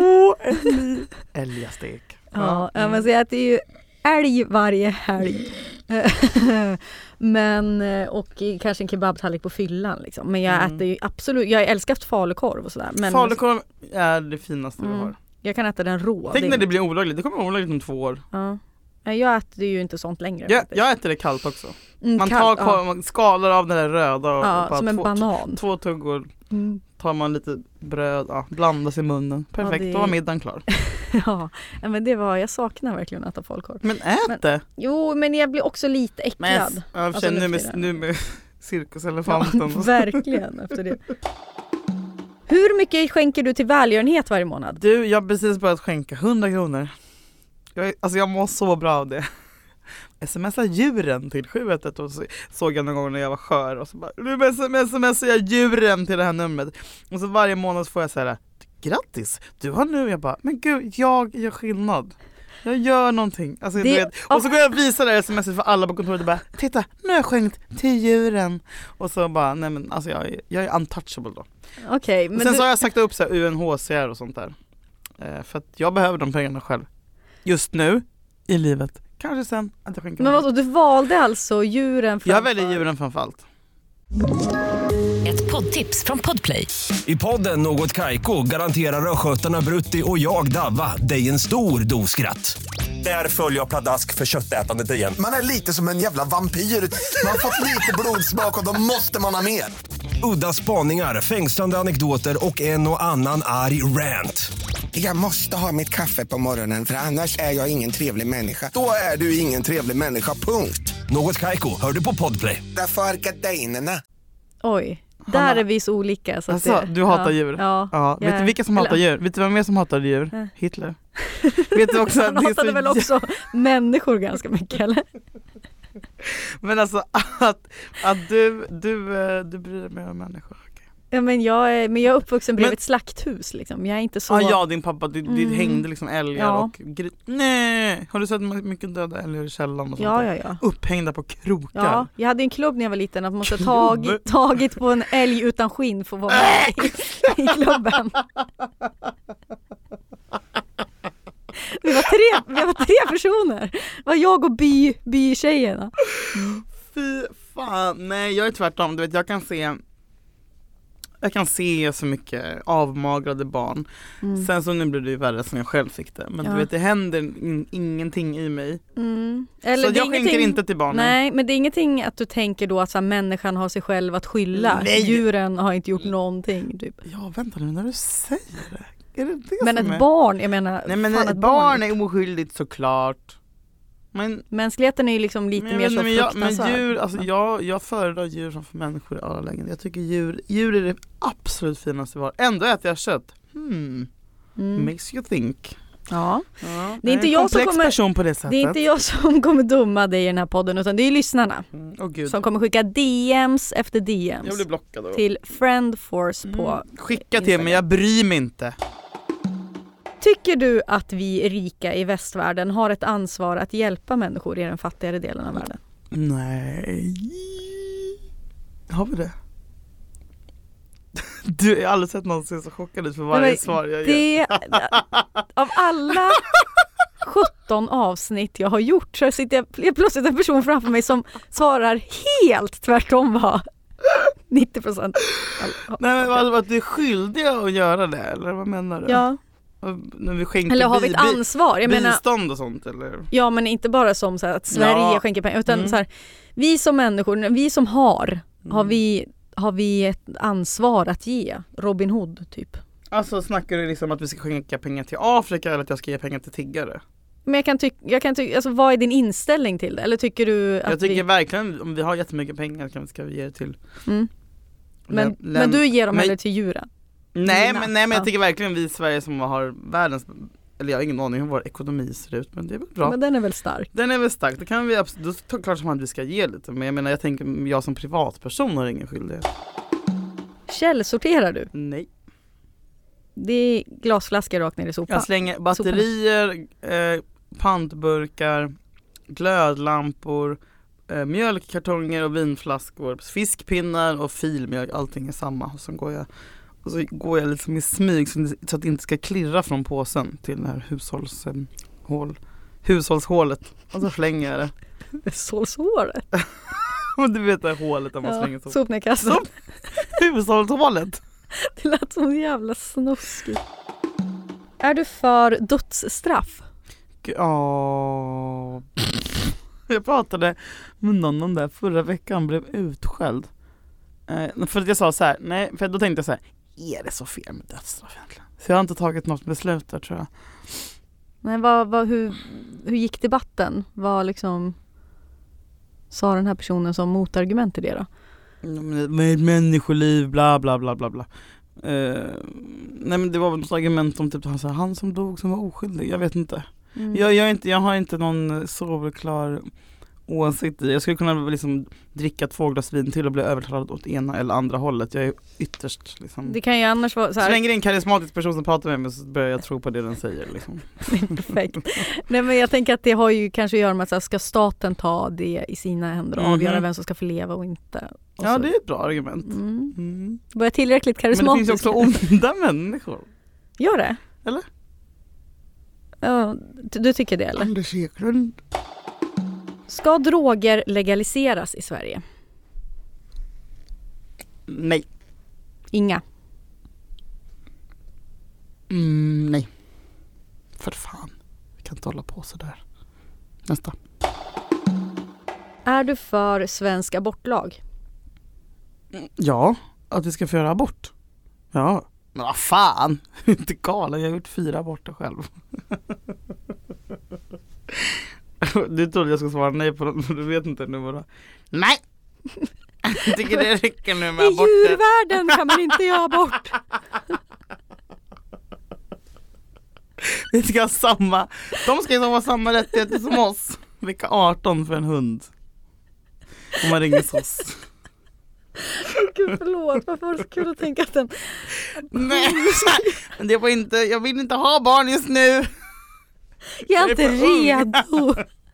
Speaker 1: Älgastek.
Speaker 2: Ja, men så jag äter ju älg varje helg. Men och kanske en kebabtallrik på fyllan liksom. Men jag äter ju absolut, jag älskar falukorv och sådär. Men
Speaker 1: falukorv är det finaste du har.
Speaker 2: Jag kan äta den rå.
Speaker 1: Tänk när det blir olagligt, det kommer vara olagligt om 2 år.
Speaker 2: Ja. Jag äter ju inte sånt längre.
Speaker 1: Jag äter det kallt också. Man tar man skalar av den där röda och bara
Speaker 2: som en banan.
Speaker 1: 2 tuggor. Tar man lite bröd, blandas i munnen. Perfekt, då var middagen klar.
Speaker 2: Ja, men jag saknar verkligen att äta falukorv.
Speaker 1: Men ät det!
Speaker 2: Jo, men jag blir också lite äcklad.
Speaker 1: Nu med cirkuselefanten.
Speaker 2: Ja, verkligen efter det. Hur mycket skänker du till välgörenhet varje månad?
Speaker 1: Du, jag har precis börjat skänka 100 kronor. Jag mår så bra av det. Smsar djuren till 711 och såg jag någon gång när jag var skör och så bara, nu smsar jag djuren till det här numret. Och så varje månad får jag säga grattis, du har nu, jag bara, men gud, jag gör skillnad. Jag gör någonting. Alltså, du vet. Och så går jag och visar det här sms:et för alla på kontoret och bara, titta, nu har jag skänkt till djuren. Och så bara, nej men alltså jag är untouchable då.
Speaker 2: Okej, men
Speaker 1: sen så har jag sagt upp så här UNHCR och sånt där. För att jag behöver de pengarna själv. Just nu i livet. Kanske sen att jag skänker.
Speaker 2: Men vadå, du valde alltså djuren framför?
Speaker 1: Jag väljer djuren framför allt.
Speaker 4: Ett poddtips från Podplay.
Speaker 5: I podden Något Kaiko garanterar östgötarna Brutti och jag Davva dig en stor doskratt. Där följer jag pladask för köttätandet igen.
Speaker 6: Man är lite som en jävla vampyr. Man har fått lite blodsmak och då måste man ha mer.
Speaker 5: Udda spaningar, fängslande anekdoter och en och annan arg rant.
Speaker 6: Jag måste ha mitt kaffe på morgonen för annars är jag ingen trevlig människa. Då är du ingen trevlig människa, punkt.
Speaker 5: Något Kaiko, hör du på Podplay.
Speaker 6: Därför är gardinerna.
Speaker 2: Oj, där är vi så olika. Så
Speaker 1: alltså, du hatar djur? Ja. Vet du vilka som hatar djur? Vet du vem mer som hatar djur? Hitler. Vet du också att
Speaker 2: han hatade väl också människor ganska mycket, eller?
Speaker 1: Men alltså att du bryr dig mer om människor.
Speaker 2: Ja, men jag är uppvuxen bredvid ett slakthus liksom. Jag är inte så...
Speaker 1: Ja, din pappa, det hängde liksom älgar och nej, har du sett mycket döda älgar i källaren och sånt?
Speaker 2: Ja.
Speaker 1: Upphängda på krokar.
Speaker 2: Ja, jag hade en klubb när jag var liten att man måste tagit på en älg utan skinn för att vara med i klubben. Vi var tre personer. Det var jag och bytjejerna.
Speaker 1: Fy fan, nej jag är tvärtom. Du vet, jag kan se så mycket avmagrade barn. Sen så nu blir det ju värre som jag själv fick det. Men du vet, det händer ingenting i mig. Eller så jag skänker inte till barnen.
Speaker 2: Nej, men det är ingenting att du tänker då att så här, människan har sig själv att skylla. Nej. Djuren har inte gjort någonting typ.
Speaker 1: Ja, vänta nu när du säger det. Är det
Speaker 2: men ett barn, jag menar...
Speaker 1: Nej, men ett barn är oskyldigt såklart. Men
Speaker 2: mänskligheten är ju liksom lite mer så fruktansvärd.
Speaker 1: Men djur, alltså jag föredrar djur framför människor i alla lägen. Jag tycker djur är det absolut finaste vi har. Ändå äter jag kött. Makes you think.
Speaker 2: Ja. Det är inte jag som kommer
Speaker 1: person på det sättet.
Speaker 2: Det är inte jag som kommer dumma dig i den här podden, utan det är lyssnarna som kommer skicka DMs efter DMs.
Speaker 1: Jag blir blockad då.
Speaker 2: Till Friendforce på
Speaker 1: skicka
Speaker 2: Instagram.
Speaker 1: till mig, jag bryr mig inte.
Speaker 2: Tycker du att vi rika i västvärlden har ett ansvar att hjälpa människor i den fattigare delen av världen?
Speaker 1: Nej. Har vi det? Du har aldrig sett någon som är så chockad ut för varje svar jag ger.
Speaker 2: Av alla 17 avsnitt jag har gjort så sitter jag plötsligt en person framför mig som svarar helt tvärtom vad 90%.
Speaker 1: Nej, men att du är skyldig att göra det, eller vad menar du?
Speaker 2: Ja.
Speaker 1: När vi skänker
Speaker 2: eller har vi ett ansvar? Jag menar,
Speaker 1: bistånd och sånt eller?
Speaker 2: Ja, men inte bara som så här, att Sverige skänker pengar utan så här, vi som människor, vi som har vi ett ansvar att ge Robin Hood typ.
Speaker 1: Alltså snackar du liksom att vi ska skänka pengar till Afrika eller att jag ska ge pengar till tiggare?
Speaker 2: Men jag kan tycka alltså, vad är din inställning till det? Eller tycker du att
Speaker 1: jag tycker verkligen om vi har jättemycket pengar ska vi ge det till.
Speaker 2: Men du ger dem heller till djuren?
Speaker 1: Nej, men jag tycker verkligen vi i Sverige som har världens, eller jag har ingen aning hur vår ekonomi ser ut, men det är väl bra.
Speaker 2: Men den är väl stark?
Speaker 1: Den är väl stark, det kan vi absolut, då är klart som att vi ska ge lite, men jag menar jag tänker jag som privatperson har ingen skyldighet.
Speaker 2: Källsorterar du?
Speaker 1: Nej.
Speaker 2: Det är glasflaskor rakt ner i sopan?
Speaker 1: Jag slänger batterier, pantburkar, glödlampor, mjölkkartonger och vinflaskor, fiskpinnar och filmjölk, allting är samma. Och så går jag liksom i smyg så att det inte ska klirra från påsen till den här hushållshålet. Och så slänger jag det.
Speaker 2: Hushållshålet?
Speaker 1: Du vet det här hålet där man slänger
Speaker 2: sopnedkastet.
Speaker 1: Hushållshålet.
Speaker 2: Det lät som jävla snuskigt. Är du för dödsstraff?
Speaker 1: Ja. Jag pratade med någon där förra veckan, blev utskälld. För att jag sa så här, nej, för då tänkte jag så här, är det så fel med dödsstraff egentligen? Så jag har inte tagit något beslut där, tror jag.
Speaker 2: Nej, hur gick debatten? Vad liksom sa den här personen som motargument till det då?
Speaker 1: Med människoliv, bla bla bla bla bla. Nej, men det var väl något argument om typ han som dog som var oskyldig, jag vet inte. Jag har inte någon solklar åsikt i. Jag skulle kunna liksom dricka 2 glas vin till och bli övertalad åt ena eller andra hållet. Jag är ytterst liksom...
Speaker 2: Det kan ju annars vara så här...
Speaker 1: Så länge det är en karismatisk person som pratar med mig så börjar jag tro på det den säger liksom.
Speaker 2: Perfekt. Nej, men jag tänker att det har ju kanske att göra med att så här, ska staten ta det i sina händer och avgöra vem som ska få leva och inte. Och
Speaker 1: ja,
Speaker 2: så.
Speaker 1: det är ett bra argument.
Speaker 2: Var jag tillräckligt karismatisk?
Speaker 1: Men det finns ju också onda människor.
Speaker 2: Gör det?
Speaker 1: Eller?
Speaker 2: Ja, du tycker det eller?
Speaker 1: Anders Eklund.
Speaker 2: Ska droger legaliseras i Sverige?
Speaker 1: Nej.
Speaker 2: Inga?
Speaker 1: Nej. För fan. Vi kan inte hålla på så där. Nästa.
Speaker 2: Är du för svensk abortlag?
Speaker 1: Ja, att vi ska få göra abort. Ja. Men vad fan. Inte galen, jag har gjort 4 aborter själv. Du trodde jag skulle svara nej på den, du vet inte nu vad. Nej! Jag tycker det räcker nu med aborter.
Speaker 2: I djurvärlden kan man inte göra abort.
Speaker 1: Vi ska ha samma, de ska ju ha samma rättigheter som oss. Vilka 18 för en hund. Om man ringer oss.
Speaker 2: Gud förlåt, varför var det så kul att tänka att den...
Speaker 1: Nej, det var inte, jag vill inte ha barn just nu.
Speaker 2: Jag är inte redo.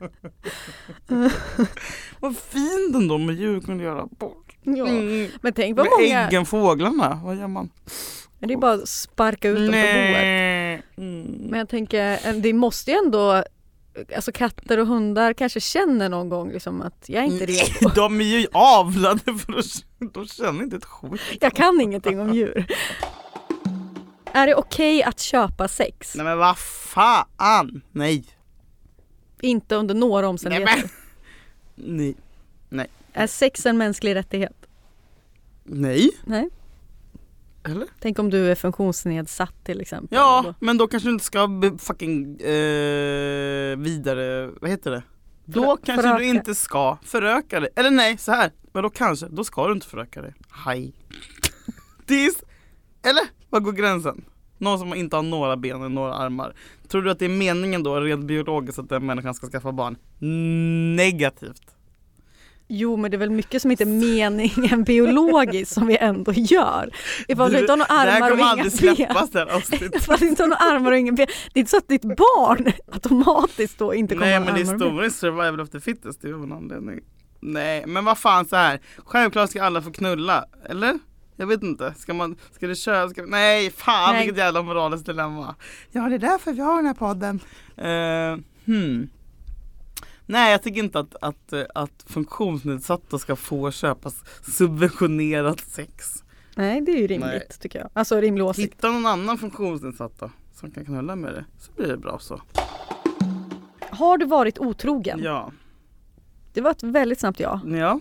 Speaker 1: Vad fint ändå med djur kunde göra bort.
Speaker 2: Ja. Men tänk vad
Speaker 1: med
Speaker 2: många...
Speaker 1: äggen, fåglarna, vad gör man?
Speaker 2: Det är bara att sparka ut dem på boet. Men jag tänker, det måste ju ändå... Alltså katter och hundar kanske känner någon gång liksom att jag är inte redo.
Speaker 1: De är ju avlade för att de känner inte ett skit.
Speaker 2: Jag kan ingenting om djur. Är det okej att köpa sex?
Speaker 1: Nej men vad fan, nej.
Speaker 2: Inte under några omständigheter.
Speaker 1: Nej.
Speaker 2: Är sex en mänsklig rättighet?
Speaker 1: Nej.
Speaker 2: Nej.
Speaker 1: Eller?
Speaker 2: Tänk om du är funktionsnedsatt till exempel.
Speaker 1: Ja, men då kanske du inte ska fucking vidare, vad heter det? Då kanske
Speaker 2: föröka.
Speaker 1: du inte ska föröka dig. Eller nej, så här. Men då kanske, då ska du inte föröka dig. Hej. Eller? Vad går gränsen? Någon som inte har några ben eller några armar. Tror du att det är meningen då, rent biologiskt, att den människan ska skaffa barn? Negativt.
Speaker 2: Jo, men det är väl mycket som inte är meningen biologiskt som vi ändå gör. Ifall du inte har några armar och inga ben. Ifall du inte har några armar och inga ben. Det är inte så att ditt barn automatiskt då inte kommer att ha armar.
Speaker 1: Nej, men det är stor survival of the fittest. Det är en anledning. Nej, men vad fan så här. Självklart ska alla få knulla. Eller? Jag vet inte. Ska det köra? Nej, fan vilket jävla moraliskt dilemma. Ja, det är därför vi har den här podden. Nej, jag tycker inte att funktionsnedsatta ska få köpa subventionerat sex.
Speaker 2: Nej, det är ju rimligt tycker jag. Alltså rimlig åsikt.
Speaker 1: Hitta någon annan funktionsnedsatta som kan knulla med det, så blir det bra så.
Speaker 2: Har du varit otrogen?
Speaker 1: Ja.
Speaker 2: Det var ett väldigt snabbt ja.
Speaker 1: Ja.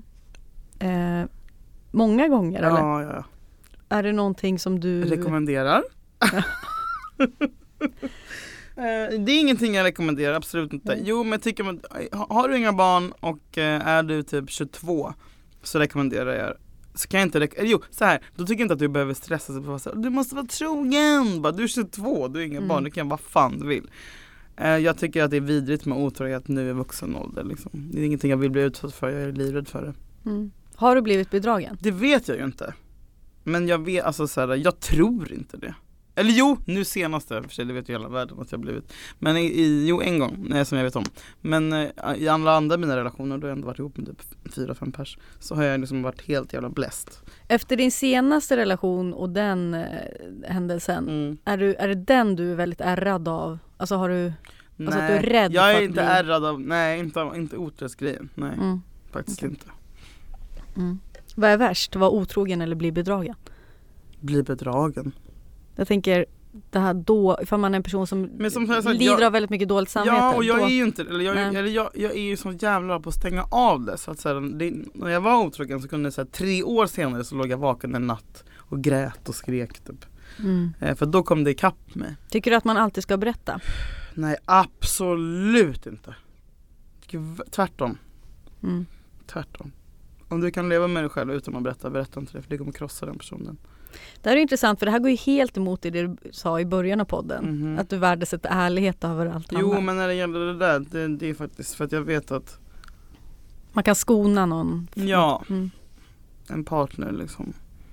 Speaker 2: Många gånger eller?
Speaker 1: Ja.
Speaker 2: Är det någonting som du...
Speaker 1: rekommenderar? Det är ingenting jag rekommenderar, absolut inte. Jo, men jag tycker man, har du inga barn och är du typ 22 så rekommenderar jag. Så kan jag inte så här, då tycker jag inte att du behöver stressa sig på du måste vara trogen. Du är 22, du är inga barn, du kan vad fan du vill. Jag tycker att det är vidrigt med otrohet nu i vuxen ålder liksom. Det är ingenting jag vill bli utsatt för, jag är livrädd för det.
Speaker 2: Har du blivit bedragen?
Speaker 1: Det vet jag ju inte. Men jag vet, alltså så här, jag tror inte det. Eller jo, nu senaste, för sig, det vet ju hela världen att jag blivit. Men en gång, som jag vet om. Men i andra mina relationer, då har jag ändå varit ihop med typ 4-5 pers. Så har jag liksom varit helt jävla blessed.
Speaker 2: Efter din senaste relation och den händelsen, är det den du är väldigt ärrad av? Alltså har du, alltså att du är rädd
Speaker 1: jag är
Speaker 2: för
Speaker 1: inte ärrad av, nej, inte otrohetsgrejen, nej, faktiskt inte.
Speaker 2: Vad är värst, vara otrogen eller bli bedragen?
Speaker 1: Bli bedragen.
Speaker 2: Jag tänker det här då, ifall man är en person som lider av väldigt mycket dåligt samvete.
Speaker 1: Ja, och jag är ju inte, jag är ju så jävla på att stänga av det. Så att så här, när jag var otrogen så kunde jag säga 3 år senare så låg jag vaken en natt och grät och skrek typ. För då kom det ikapp mig.
Speaker 2: Tycker du att man alltid ska berätta?
Speaker 1: Nej, absolut inte. Tvärtom. Tvärtom. Om du kan leva med dig själv utan att berätta inte det, för det kommer krossa den personen.
Speaker 2: Det här är intressant, för det här går ju helt emot det du sa i början av podden. Att du värdesätter ärlighet över allt annat.
Speaker 1: Jo, men när det gäller det där, det är faktiskt för att jag vet att
Speaker 2: Man kan skona någon.
Speaker 1: Ja, en partner liksom.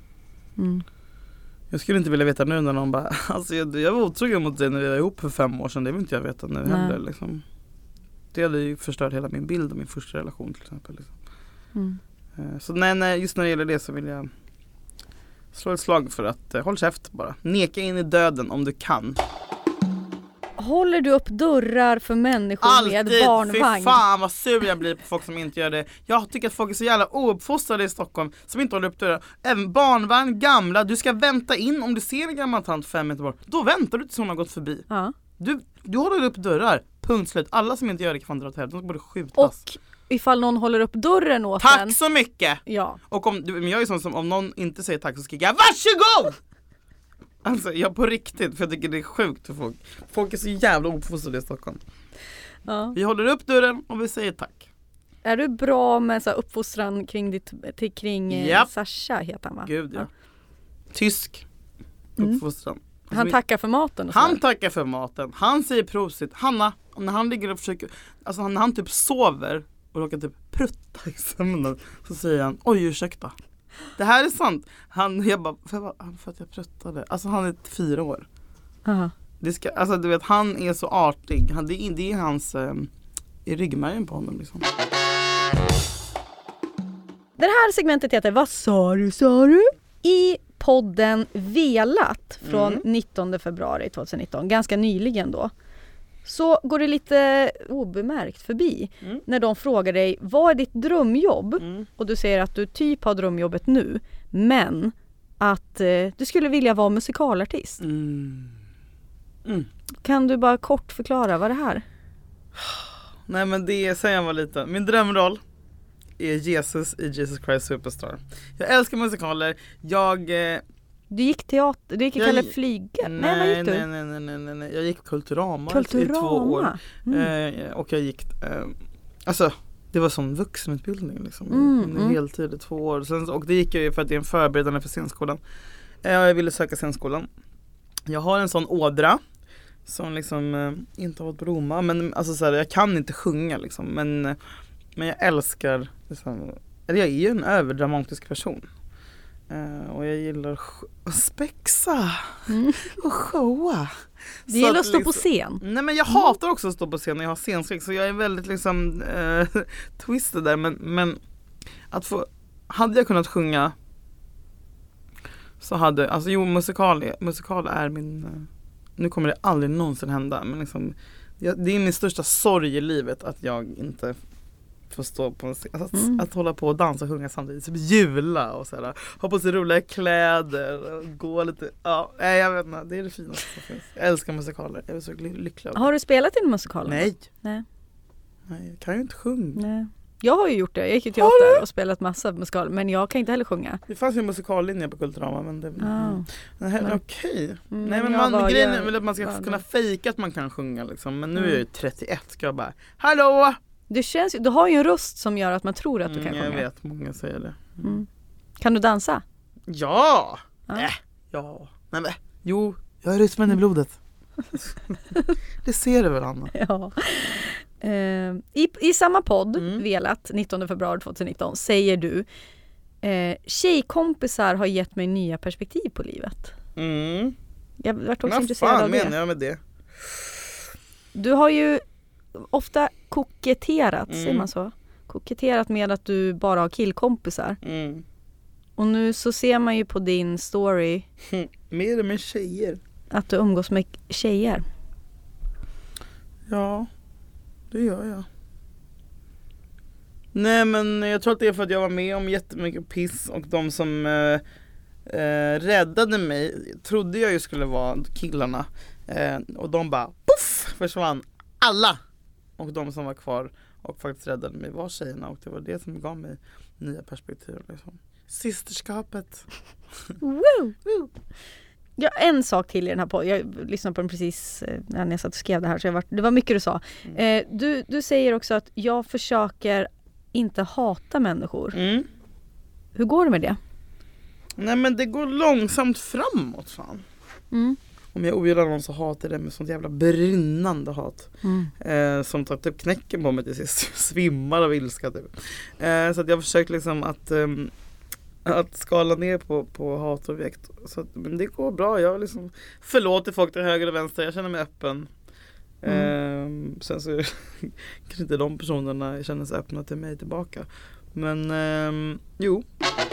Speaker 1: Jag skulle inte vilja veta nu när någon bara, alltså jag var otrogen mot dig när vi var ihop för 5 år sedan, det vill inte jag veta nu heller liksom. Det hade ju förstört hela min bild av min första relation till exempel liksom. Så nej, just när det gäller det så vill jag slå ett slag för att håll käft bara. Neka in i döden om du kan.
Speaker 2: Håller du upp dörrar för människor med barnvagn?
Speaker 1: Alltid, fy fan vad sur jag blir på folk som inte gör det. Jag tycker att folk är så jävla ouppfostrade i Stockholm som inte håller upp dörrar. Även barnvagn, gamla, du ska vänta in om du ser en gammal tant 5 meter bort. Då väntar du tills hon har gått förbi.
Speaker 2: Ja.
Speaker 1: Du håller upp dörrar, punkt slut. Alla som inte gör det kan fan dra åt helvete, de borde skjutas.
Speaker 2: Och ifall någon håller upp dörren åt
Speaker 1: tack
Speaker 2: en.
Speaker 1: Så mycket!
Speaker 2: Ja.
Speaker 1: Och men jag är sån som om någon inte säger tack så skriker jag varsågod! Alltså jag på riktigt, för jag tycker det är sjukt för folk. Folk är så jävla uppfostrade i Stockholm.
Speaker 2: Ja.
Speaker 1: Vi håller upp dörren och vi säger tack.
Speaker 2: Är du bra med så här uppfostran kring Sasha heter han va?
Speaker 1: Gud ja. Tysk uppfostran. Alltså,
Speaker 2: han tackar för maten och
Speaker 1: han tackar för maten. Han säger prosit. Hanna, när han ligger och försöker, alltså när han typ sover och råkar typ prutta i sömnen, så säger han, oj ursäkta. Det här är sant. Jag bara, för att jag pruttade. Alltså han är 4 år. Alltså du vet, han är så artig. Det är hans i ryggmärgen på honom liksom.
Speaker 2: Det här segmentet heter Vad sa du? I podden Velat från 19 februari 2019, ganska nyligen då, så går det lite obemärkt förbi när de frågar dig, vad är ditt drömjobb? Och du säger att du typ har drömjobbet nu, men att du skulle vilja vara musikalartist. Kan du bara kort förklara vad det här?
Speaker 1: Nej men det är, sen jag var liten, min drömroll är Jesus i Jesus Christ Superstar. Jag älskar musikaler.
Speaker 2: Du gick teater, du gick eller flyga. Nej, vad gick du?
Speaker 1: Nej. Jag gick Kulturama i 2 år. Och jag gick alltså det var som vuxenutbildning liksom. Heltid i 2 år. Sen, och det gick jag ju för att det är en förberedande för scenskolan. Jag ville söka scenskolan. Jag har en sån ådra som liksom inte har varit blomma, men alltså så här, jag kan inte sjunga liksom, men jag älskar liksom, eller jag är ju en överdramatisk person. Och jag gillar att spexa och showa.
Speaker 2: Du gillar att stå på scen?
Speaker 1: Nej men jag hatar också att stå på scen när jag har scenskräck, så jag är väldigt liksom twisted där, men att hade jag kunnat sjunga så hade, alltså musikal är min, nu kommer det aldrig någonsin hända, men liksom, det är min största sorg i livet att jag inte får stå på en scen, att hålla på och dansa och sjunga samtidigt, typ jula och sådär, ha på sig roliga kläder och gå lite, jag vet inte, det är det finaste som finns. Jag älskar musikaler, jag är så lycklig. Har
Speaker 2: du spelat i en musikal?
Speaker 1: Nej, jag kan ju inte sjunga. Nej.
Speaker 2: Jag har ju gjort det, jag gick i teater och spelat massa musikal, men jag kan inte heller sjunga.
Speaker 1: Det fanns ju en musikallinje på Kulturama, men det okej. Nej, men grejen är väl att man ska kunna fejka att man kan sjunga liksom, men nu är jag ju 31, ska jag bara, hallå!
Speaker 2: Du har ju en röst som gör att man tror att du kan sjunga.
Speaker 1: Jag vet, många säger det.
Speaker 2: Kan du dansa?
Speaker 1: Ja! Nej, jo, jag har rytmen i blodet. Det ser du väl, Anna?
Speaker 2: Ja. I samma podd, Velat, 19 februari 2019, säger du tjejkompisar har gett mig nya perspektiv på livet. Jag var också intresserad av det.
Speaker 1: Vad menar jag med det?
Speaker 2: Du har ju ofta koketterat, säger man så? Koketterat med att du bara har killkompisar. Och nu så ser man ju på din story
Speaker 1: mer med tjejer.
Speaker 2: Att du umgås med tjejer.
Speaker 1: Ja, det gör jag. Nej, men jag tror att det är för att jag var med om jättemycket piss, och de som räddade mig trodde jag ju skulle vara killarna, och de bara puff, försvann alla, och de som var kvar och faktiskt räddade mig var tjejerna, och det var det som gav mig nya perspektiv liksom. Systerskapet.
Speaker 2: Woo! Ja, en sak till i den här podden. Jag lyssnade på den precis när jag satt och skrev det här, så det var mycket du sa. Du säger också att jag försöker inte hata människor. Hur går det med det?
Speaker 1: Nej, men det går långsamt framåt, fan. om jag ogillar någon så hatar jag det med sånt jävla brinnande hat. Som tar typ knäcken på mig till sist. Svimmar av ilska typ. Så att jag har försökt liksom att skala ner på hatobjekt. Så att, men det går bra. Jag liksom förlåter folk till höger och vänster. Jag känner mig öppen. Sen så kanske inte de personerna känner sig öppna till mig tillbaka. Men jo.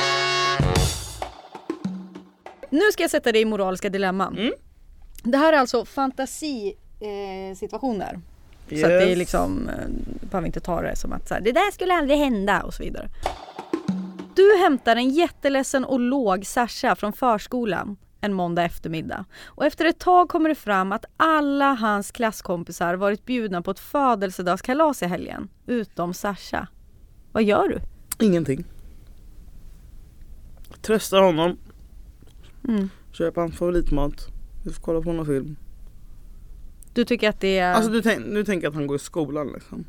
Speaker 2: Nu ska jag sätta dig i moraliska dilemman. Det här är alltså fantasisituationer.
Speaker 1: Yes.
Speaker 2: Så att det är liksom, behöver inte ta det som att så här, det där skulle aldrig hända och så vidare. Du hämtar en jätteledsen och låg Sasha från förskolan en måndag eftermiddag. Och efter ett tag kommer det fram att alla hans klasskompisar varit bjudna på ett födelsedagskalas i helgen. Utom Sasha. Vad gör du?
Speaker 1: Ingenting. Tröstar honom. Köper han favoritmat. Vi får kolla på någon film.
Speaker 2: Du tycker att det är...
Speaker 1: Alltså du tänker att han går i skolan liksom.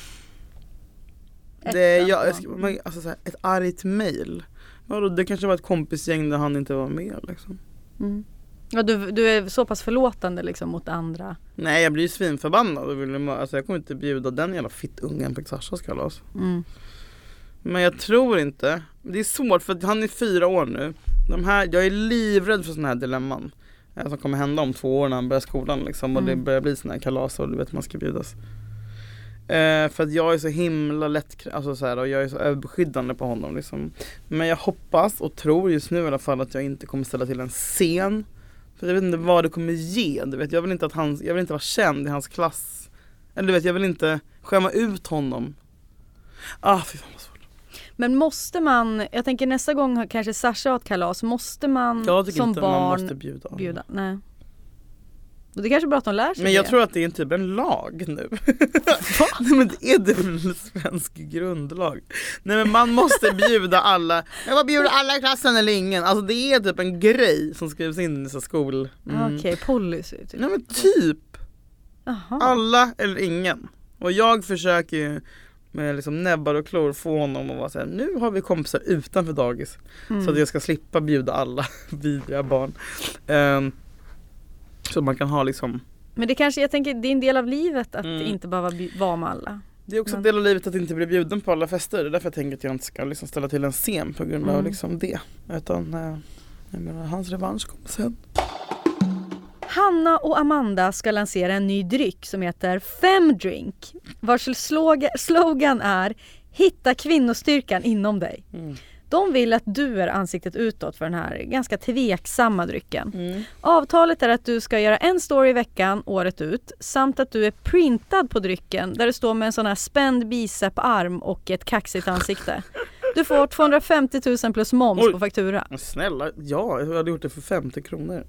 Speaker 1: Det är alltså så här, ett argt mejl. Det kanske var ett kompisgäng där han inte var med liksom.
Speaker 2: Ja, du är så pass förlåtande liksom mot andra.
Speaker 1: Nej, jag blir svinförbannad och alltså jag kommer inte bjuda den jävla fittungen på Sashas kalas. Men jag tror inte. Det är svårt för att han är 4 år nu. Jag är livrädd för såna här dilemman som kommer hända om 2 år när han börjar skolan liksom, och det börjar bli såna här kalas och du vet man ska bjudas. För att jag är så himla lätt, alltså så här, och jag är så överbeskyddande på honom liksom. Men jag hoppas och tror just nu i alla fall att jag inte kommer ställa till en scen. För jag vet inte vad det kommer ge. Du vet, jag vill inte vara känd i hans klass. Eller du vet, jag vill inte skämma ut honom. Fy fan vad svårt.
Speaker 2: Men måste man, jag tänker nästa gång kanske Sasha har ett kalas, måste man
Speaker 1: jag tycker
Speaker 2: som
Speaker 1: inte
Speaker 2: barn
Speaker 1: man måste bjuda.
Speaker 2: Nej. Och det är kanske bra att de lär sig.
Speaker 1: Men jag tror att det är typ en lag nu. Nej, men det är väl svensk grundlag. Nej, men man måste bjuda alla. Men vad bjuder alla i klassen eller ingen? Alltså det är typ en grej som skrivs in i så skol.
Speaker 2: Okej, policy typ.
Speaker 1: Nej, men typ.
Speaker 2: Aha.
Speaker 1: Alla eller ingen. Och jag försöker ju med liksom näbbar och klor få honom att vara så här, nu har vi kompisar utanför dagis. Så att jag ska slippa bjuda alla vidriga barn. Så man kan ha liksom...
Speaker 2: Men det kanske, jag tänker, det är en del av livet att inte behöva vara med alla.
Speaker 1: Det är också en del av livet att inte bli bjuden på alla fester. Det är därför jag tänker att jag inte ska liksom ställa till en scen på grund av liksom det. Utan jag menar, hans revansch kommer sen.
Speaker 2: Hanna och Amanda ska lansera en ny dryck som heter Femdrink. Vars slogan är hitta kvinnostyrkan inom dig. De vill att du är ansiktet utåt för den här ganska tveksamma drycken. Avtalet är att du ska göra en story i veckan året ut samt att du är printad på drycken där det står med en sån här spänd biceparm och ett kaxigt ansikte. Du får 250 000 plus moms på faktura.
Speaker 1: Snälla, ja, jag hade gjort det för 50 kronor.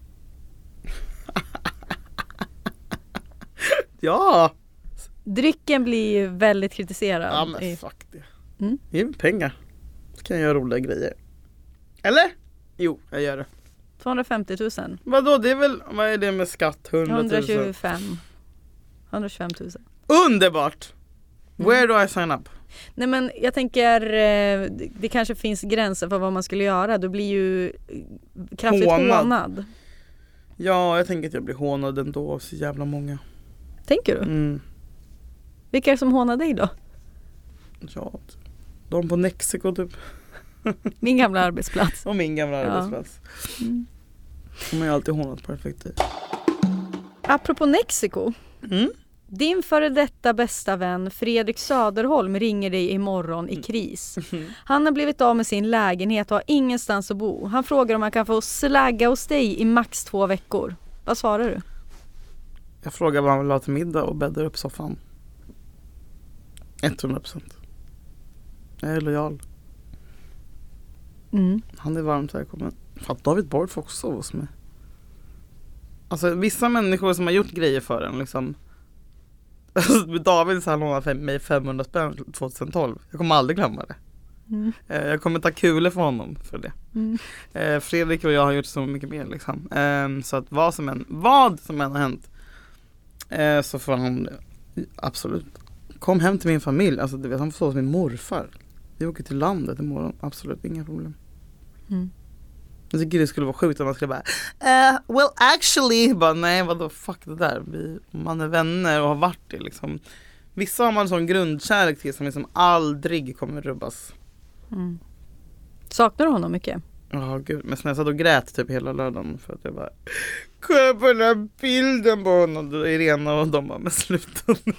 Speaker 1: Ja!
Speaker 2: Drycken blir väldigt kritiserad.
Speaker 1: Ja, men fuck det. Ge mig pengar. Så kan jag göra roliga grejer. Eller? Jo, jag gör det.
Speaker 2: 250 000.
Speaker 1: Vadå? Det är väl, vad är det med skatt? 100 000?
Speaker 2: 125 000.
Speaker 1: Underbart! Where do I sign up?
Speaker 2: Nej, men jag tänker det kanske finns gränser för vad man skulle göra. Du blir ju kraftigt hånad.
Speaker 1: Ja, jag tänker att jag blir hånad ändå av så jävla många.
Speaker 2: Tänker du? Vilka är det som hånar dig då?
Speaker 1: Ja, de på Mexiko typ.
Speaker 2: Min gamla arbetsplats.
Speaker 1: Och min gamla arbetsplats. De har ju alltid hånat perfekt.
Speaker 2: Apropå Mexiko. Din före detta bästa vän Fredrik Söderholm ringer dig imorgon i kris. Han har blivit av med sin lägenhet och har ingenstans att bo. Han frågar om han kan få slagga hos dig i max 2 veckor. Vad svarar du?
Speaker 1: Jag frågar vad han vill ha till middag och bäddar upp soffan. 100%. Jag är lojal. Han är varmt välkommen. Fan, David Borg får också hos mig. Alltså vissa människor som har gjort grejer för en liksom. David så han lånade mig 500 spänn 2012. Jag kommer aldrig glömma det. Jag kommer ta kulor för honom för det. Fredrik och jag har gjort så mycket mer liksom. Så att vad som än har hänt så får han absolut kom hem till min familj. Alltså du vet, han får stå hos min morfar. Vi åker till landet imorgon. Absolut, inga problem. Jag tycker det skulle vara sjukt om man skulle bara well actually, bara nej vadå, fuck det där. Man är vänner och har varit det liksom. Vissa har man en sån grundkärlek till som liksom aldrig kommer rubbas.
Speaker 2: Saknar du honom mycket?
Speaker 1: Ja gud, men jag satt och grät typ hela lördagen för att jag bara kolla på den här bilden på honom, Irena och de bara, men sluta nu.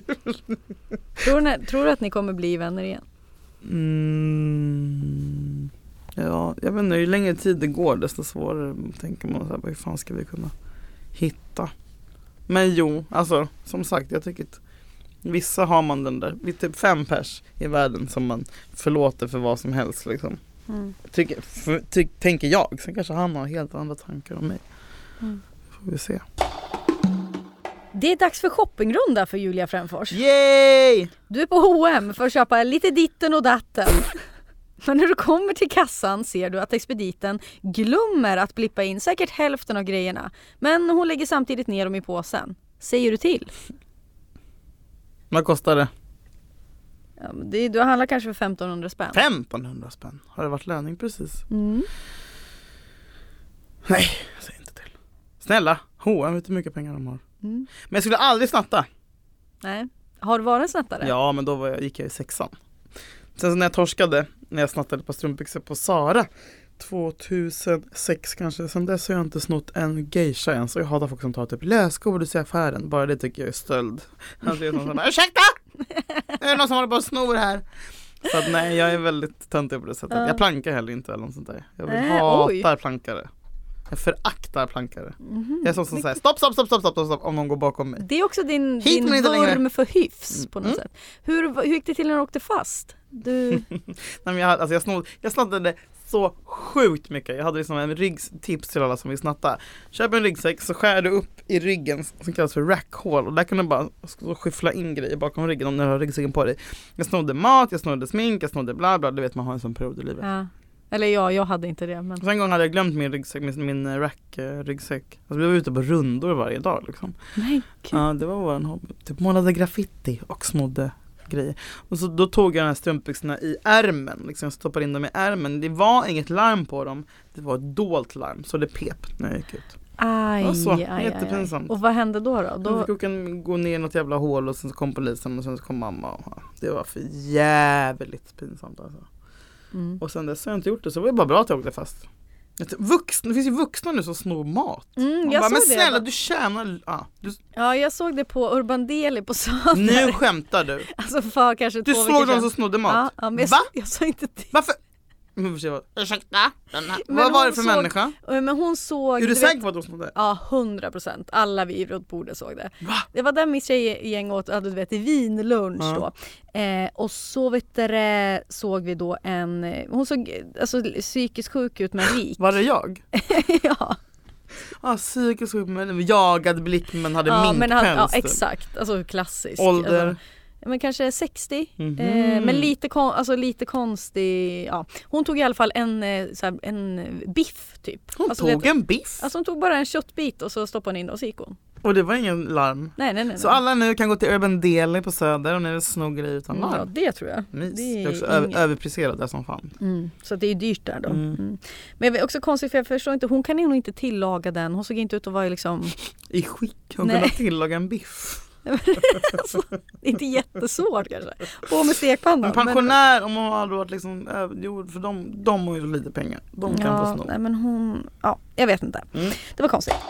Speaker 2: Tror du att ni kommer bli vänner igen?
Speaker 1: Ja, jag vet inte, ju längre tid det går desto svårare tänker man så här, hur fan ska vi kunna hitta. Men jo, alltså som sagt, jag tycker att vissa har man den där, vi är typ 5 pers i världen som man förlåter för vad som helst liksom. Tänker jag. Sen kanske han har helt andra tankar om mig. Får vi se.
Speaker 2: Det är dags för shoppingrunda för Julia Fränfors.
Speaker 1: Yay!
Speaker 2: Du är på H&M för att köpa lite ditten och datten. Men när du kommer till kassan ser du att expediten glömmer att blippa in säkert hälften av grejerna. Men hon lägger samtidigt ner dem i påsen. Säger du till?
Speaker 1: Vad kostar det?
Speaker 2: Ja, du handlar kanske för 1500 spänn.
Speaker 1: 1500 spänn? Har det varit löning precis? Nej, jag säger inte till. Snälla, H&M vet hur mycket pengar de har. Men jag skulle aldrig snatta.
Speaker 2: Nej. Har du varit en snattare?
Speaker 1: Ja, men då gick jag i 6:an. Sen så när jag torskade, när jag snattade på strumpbyxor på Zara 2006 kanske, sen dess har jag inte snott en geisha än. Så jag hatar folk som tar typ lösgodis i affären. Bara det tycker jag är stöld. Alltså jag är någon som bara, ursäkta! Är det någon som håller på och snor här? Så att nej, jag är väldigt töntig på det sättet. Jag plankar heller inte eller något sånt där. Jag hatar plankare. Jag föraktar plankare. Jag är sån som säger stopp om någon går bakom mig.
Speaker 2: Det är också din vurm för hyfs på något sätt. Hur gick det till när du åkte fast? Nej,
Speaker 1: men jag snattade så sjukt mycket. Jag hade liksom en ryggtips till alla som vill snatta. Köp en ryggsäck så skär du upp i ryggen som kallas för rackhål. Och där kan du bara skyffla in grejer bakom ryggen om du har ryggsäcken på dig. Jag snodde mat, jag snodde smink, jag snodde bla bla. Du vet man har en sån period i livet.
Speaker 2: Ja. Eller jag hade inte det. Men...
Speaker 1: Så en gång hade jag glömt min ryggsäck, min rack-ryggsäck. Alltså vi var ute på rundor varje dag liksom.
Speaker 2: Nej,
Speaker 1: ja, det var vår hobby. Typ målade graffiti och snodde grejer. Och så då tog jag de här strumpbyxorna i ärmen. Liksom stoppade in dem i ärmen. Det var inget larm på dem. Det var ett dolt larm. Så det pep när jag gick ut. Jättepinsamt.
Speaker 2: Och vad hände då?
Speaker 1: Då fick jag gå ner i något jävla hål och sen så kom polisen och sen så kom mamma. Och det var för jävligt pinsamt alltså. Och sen dess har jag inte gjort det, så var det bara bra att jag åkte fast. Det finns ju vuxna nu som snor mat. Men snälla, du tjänar...
Speaker 2: Ja, jag såg det på Urban Deli på Söder.
Speaker 1: Nu skämtar du.
Speaker 2: Alltså för kanske 2
Speaker 1: veckor
Speaker 2: sedan.
Speaker 1: Du såg någon som snodde mat?
Speaker 2: Ja, men
Speaker 1: va?
Speaker 2: Jag sa inte det.
Speaker 1: Varför? Ursäkta? Vad var det för människa?
Speaker 2: Men hon såg...
Speaker 1: Är du säker på att hon snodde?
Speaker 2: Ja, 100%. Alla vi runt bordet såg det.
Speaker 1: Va?
Speaker 2: Det var där mitt tjejgäng åt, du vet, vinlunch då. Och så såg vi då hon såg alltså psykiskt sjuk ut men rik.
Speaker 1: Var det jag?
Speaker 2: Ja.
Speaker 1: Psykiskt sjuk men jagad blick men hade minkpäls.
Speaker 2: Ja, exakt. Alltså klassisk.
Speaker 1: Ålder?
Speaker 2: Alltså, men kanske 60. Men lite konstig. Ja. Hon tog i alla fall en biff typ.
Speaker 1: Hon tog en biff?
Speaker 2: Alltså hon tog bara en köttbit och så stoppade hon in och så gick hon.
Speaker 1: Och det var ingen larm?
Speaker 2: Nej.
Speaker 1: Så alla nu kan gå till Urban Deli på Söder och nu snor grejer utan larm?
Speaker 2: Ja, det tror jag.
Speaker 1: Det är också överpriserat där som fan.
Speaker 2: Så det är dyrt där då. Men det är också konstigt för jag förstår inte, hon kan nog inte tillaga den. Hon såg inte ut att vara liksom...
Speaker 1: I skick, hon kunde tillaga en biff.
Speaker 2: Alltså, det är inte jättesvårt kanske. Och med stekpannan.
Speaker 1: En pensionär, om hon hade varit liksom för de har ju lite pengar. De kan få sno.
Speaker 2: Nej men jag vet inte. Det var konstigt.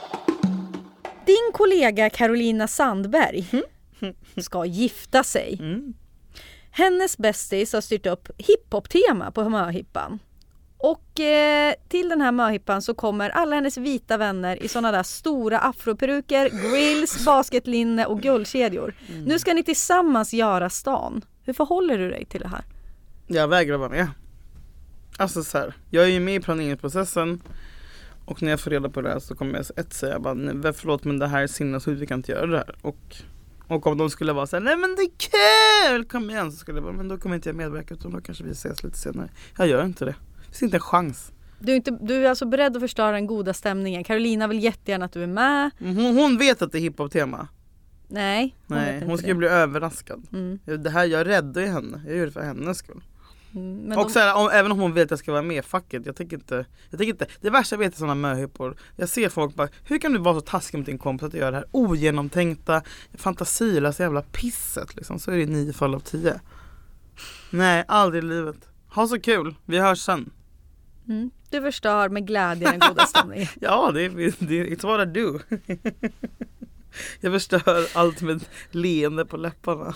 Speaker 2: Din kollega Carolina Sandberg ska gifta sig. Hennes bästis har styrt upp hiphop-tema på Möhippan. Och till den här möhippan så kommer alla hennes vita vänner i såna där stora afroperuker, grills, basketlinne och guldkedjor. Nu ska ni tillsammans göra stan. Hur förhåller du dig till det här?
Speaker 1: Jag vägrar vara med. Alltså så här, jag är ju med i planeringsprocessen och när jag får reda på det här så kommer jag säga bara, förlåt men det här är sinnessjukt, vi kan inte göra det här. Och om de skulle vara så här, nej men det är kul, kom igen, så skulle jag bara, men då kommer inte jag medverka utan då kanske vi ses lite senare. Jag gör inte det. Det finns inte en chans.
Speaker 2: Du är alltså beredd att förstöra den goda stämningen. Carolina vill jättegärna att du är med.
Speaker 1: Hon vet att det är hiphop-tema.
Speaker 2: Nej,
Speaker 1: hon ska bli överraskad. Det här, jag räddar ju henne. Jag gör det för hennes skull. Och så här, även om hon vet att jag ska vara med, fuck it, jag tänker inte. Det värsta jag vet är sådana möhippor. Jag ser folk bara, hur kan du vara så taskig mot din kompis att göra det här ogenomtänkta, fantasilösa jävla pisset liksom. Så är det 9 fall av 10. Nej, aldrig i livet. Ha så kul, vi hörs sen.
Speaker 2: Du förstör med glädje den goda stämningen.
Speaker 1: Ja, det är it's what I do. Jag förstör allt med leende på läpparna.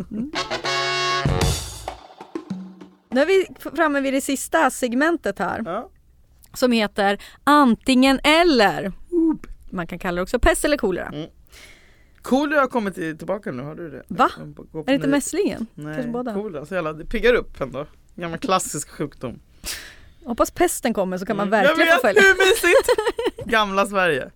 Speaker 2: Nu är vi framme vid det sista segmentet här. Ja. Som heter antingen eller. Man kan kalla det också pest eller kolera.
Speaker 1: Kolera har kommit tillbaka nu, har du det?
Speaker 2: Va? Är det inte mässlingen?
Speaker 1: Nej, kolera. Så jävla, det piggar upp ändå. Gammal klassisk sjukdom.
Speaker 2: Hoppas pesten kommer så kan man verkligen få följa.
Speaker 1: Hur mysigt! Gamla Sverige.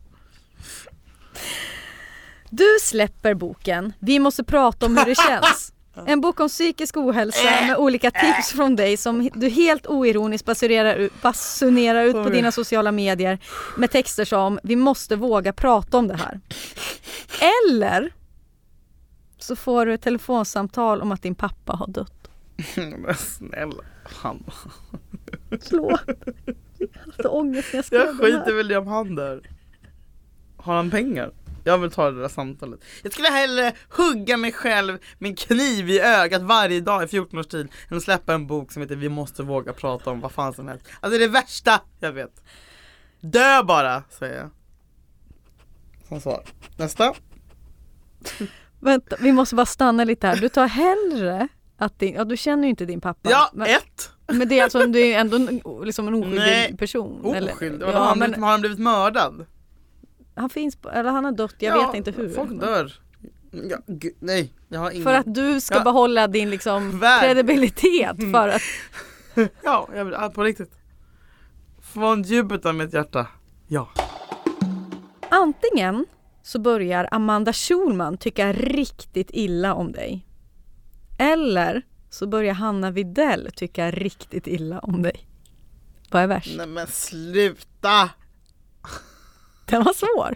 Speaker 2: Du släpper boken. Vi måste prata om hur det känns. En bok om psykisk ohälsa med olika tips från dig som du helt oironiskt basunerar ut på dina sociala medier med texter som vi måste våga prata om det här. Eller så får du ett telefonsamtal om att din pappa har dött.
Speaker 1: Men snälla, han.
Speaker 2: Slå. Jag har ångest när jag skriver.
Speaker 1: Jag skiter väl i om han där. Har han pengar? Jag vill ta det där samtalet. Jag skulle hellre hugga mig själv med en kniv i ögat varje dag i 14 års tid än att släppa en bok som heter Vi måste våga prata om vad fan som helst. Alltså det är det värsta jag vet. Dö bara, säger jag. Som svar. Nästa.
Speaker 2: Vänta, vi måste bara stanna lite här. Du tar hellre att du känner ju inte din pappa.
Speaker 1: Ja,
Speaker 2: men,
Speaker 1: men
Speaker 2: det är alltså du är ändå liksom en oskyldig person.
Speaker 1: Oskyldig? Eller? Ja, har han blivit mördad?
Speaker 2: Han finns eller han har dött, jag vet inte hur.
Speaker 1: Folk dör. Ja, nej, jag har ingen.
Speaker 2: För att du ska behålla din liksom kredibilitet för att
Speaker 1: ja, jag vill på riktigt. Från djupet av mitt hjärta. Ja.
Speaker 2: Antingen så börjar Amanda Schulman tycka riktigt illa om dig. Eller så börjar Hanna Widell tycka riktigt illa om dig. Vad är värst?
Speaker 1: Nej men sluta!
Speaker 2: Den var svår.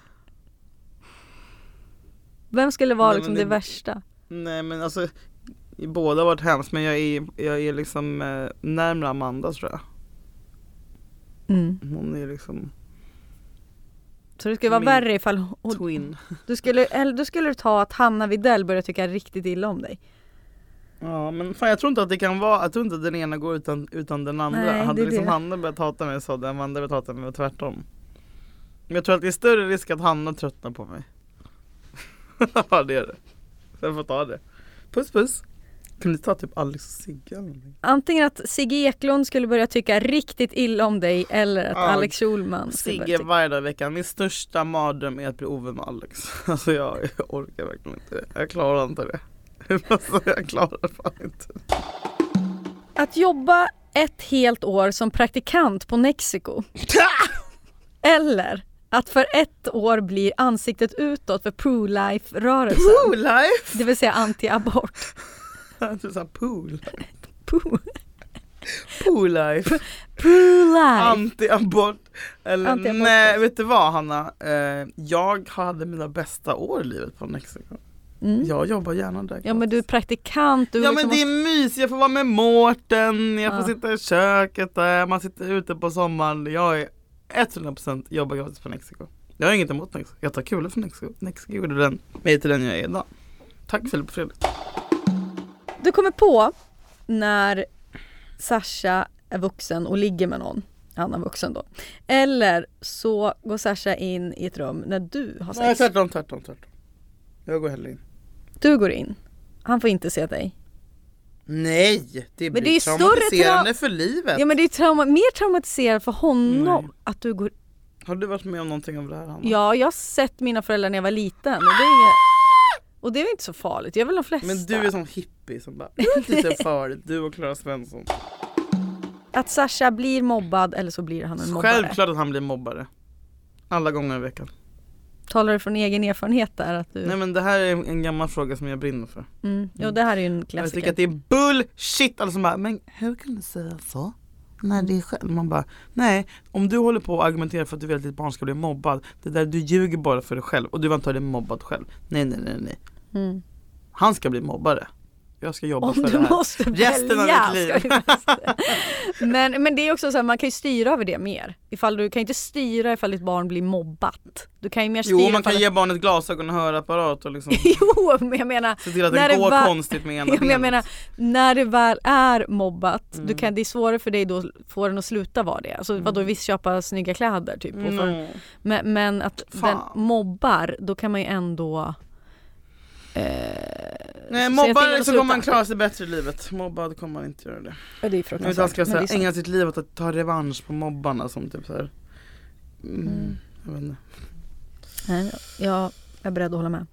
Speaker 2: Vem skulle vara liksom det värsta?
Speaker 1: Nej men alltså båda har varit hemskt, men jag är liksom närmare Amanda tror jag. Hon är liksom.
Speaker 2: Så det skulle vara värre ifall
Speaker 1: twin.
Speaker 2: Du skulle ta att Hanna Widell börjar tycka riktigt illa om dig.
Speaker 1: Ja, men fan, jag tror inte att det kan vara, jag tror inte att den ena går utan den andra.
Speaker 2: Nej,
Speaker 1: hade liksom Hanna börjat hata mig så hade Amanda börjat hata mig och tvärtom. Men jag tror att det är större risk att Hanna tröttnar på mig. Ja, det är det. Så jag får ta det. Puss puss. Kunde ta typ Alex och Sigge eller någonting.
Speaker 2: Antingen att Sigge Eklund skulle börja tycka riktigt illa om dig eller att Alex Schulman skulle
Speaker 1: Sigge varje dag i veckan. Min största mardröm är att bli ovän med Alex. Alltså jag orkar verkligen inte det. Jag klarar inte det. Alltså jag klarar fan inte det.
Speaker 2: Att jobba ett helt år som praktikant på Nexiko. Eller att för ett år blir ansiktet utåt för pro-life-rörelsen.
Speaker 1: Pro-life?
Speaker 2: Det vill säga anti-abort.
Speaker 1: Du sa pool.
Speaker 2: Pro-life.
Speaker 1: Anti-abort. Eller nej, vet du vad Hanna? Jag hade mina bästa år i livet på Mexiko. Jag jobbar gärna där.
Speaker 2: Ja men du är praktikant.
Speaker 1: Ja liksom men det är mysigt, jag får vara med Mårten. Jag får sitta i köket där. Man sitter ute på sommaren. Jag är 100% jobbar gratis på Mexiko. Jag har inget emot Mexiko. Jag tar kul för Mexiko. Mexiko gjorde mig till den jag är idag. Tack Filip och Fredrik.
Speaker 2: Du kommer på när Sasha är vuxen och ligger med någon annan vuxen då. Eller så går Sasha in i ett rum när du har sex.
Speaker 1: Nej, tvärtom. Jag går hellre in.
Speaker 2: Du går in. Han får inte se dig.
Speaker 1: Nej, det blir traumatiserande för livet.
Speaker 2: Ja men det är mer traumatiserande för honom att du går.
Speaker 1: Har du varit med om någonting av det här, Hanna?
Speaker 2: Ja, jag har sett mina föräldrar när jag var liten och det är inte så farligt. Jag vill de flesta.
Speaker 1: Men du är sån hippie som bara, det är inte så farligt. Du och Clara Svensson.
Speaker 2: Att Sasha blir mobbad eller så blir han en mobbare.
Speaker 1: Självklart att han blir mobbare. Alla gånger i veckan.
Speaker 2: Talar du från egen erfarenhet där? Att du.
Speaker 1: Nej men det här är en gammal fråga som jag brinner för.
Speaker 2: Jo, det här är ju en klassiker.
Speaker 1: Jag tycker att det är bullshit. Alltså bara, men hur kan du säga så? När det är själv. Man bara, nej. Om du håller på och argumenterar för att du vill att ditt barn ska bli mobbad. Det där du ljuger bara för dig själv. Och du var antagligen mobbad själv. Nej. Han ska bli mobbare. Jag ska jobba
Speaker 2: Om
Speaker 1: för
Speaker 2: du
Speaker 1: det här.
Speaker 2: måste
Speaker 1: Resten av
Speaker 2: välja,
Speaker 1: mitt liv.
Speaker 2: men det är också så här, man kan ju styra över det mer. Ifall du kan inte styra ifall ditt barn blir mobbat. Du kan ju mer styra.
Speaker 1: Jo, man kan ge barnet glasögon och hörapparat och liksom.
Speaker 2: Jo, men jag menar
Speaker 1: se till att det går konstigt med ena
Speaker 2: jag menar, när det väl är mobbat, det är svårare för dig då att få den att sluta vara det. Alltså vadå, visst köpa snygga kläder typ. Men att den mobbar, då kan man ju ändå
Speaker 1: nej, mobbar så kommer man klara sig bättre i livet. Mobbad kommer man inte göra det.
Speaker 2: Ja, det är fruktansvärt.
Speaker 1: Man ska ägna sitt liv åt att ta revansch på mobbarna som typ så här. Jag vet inte.
Speaker 2: Nej, jag är beredd att hålla med.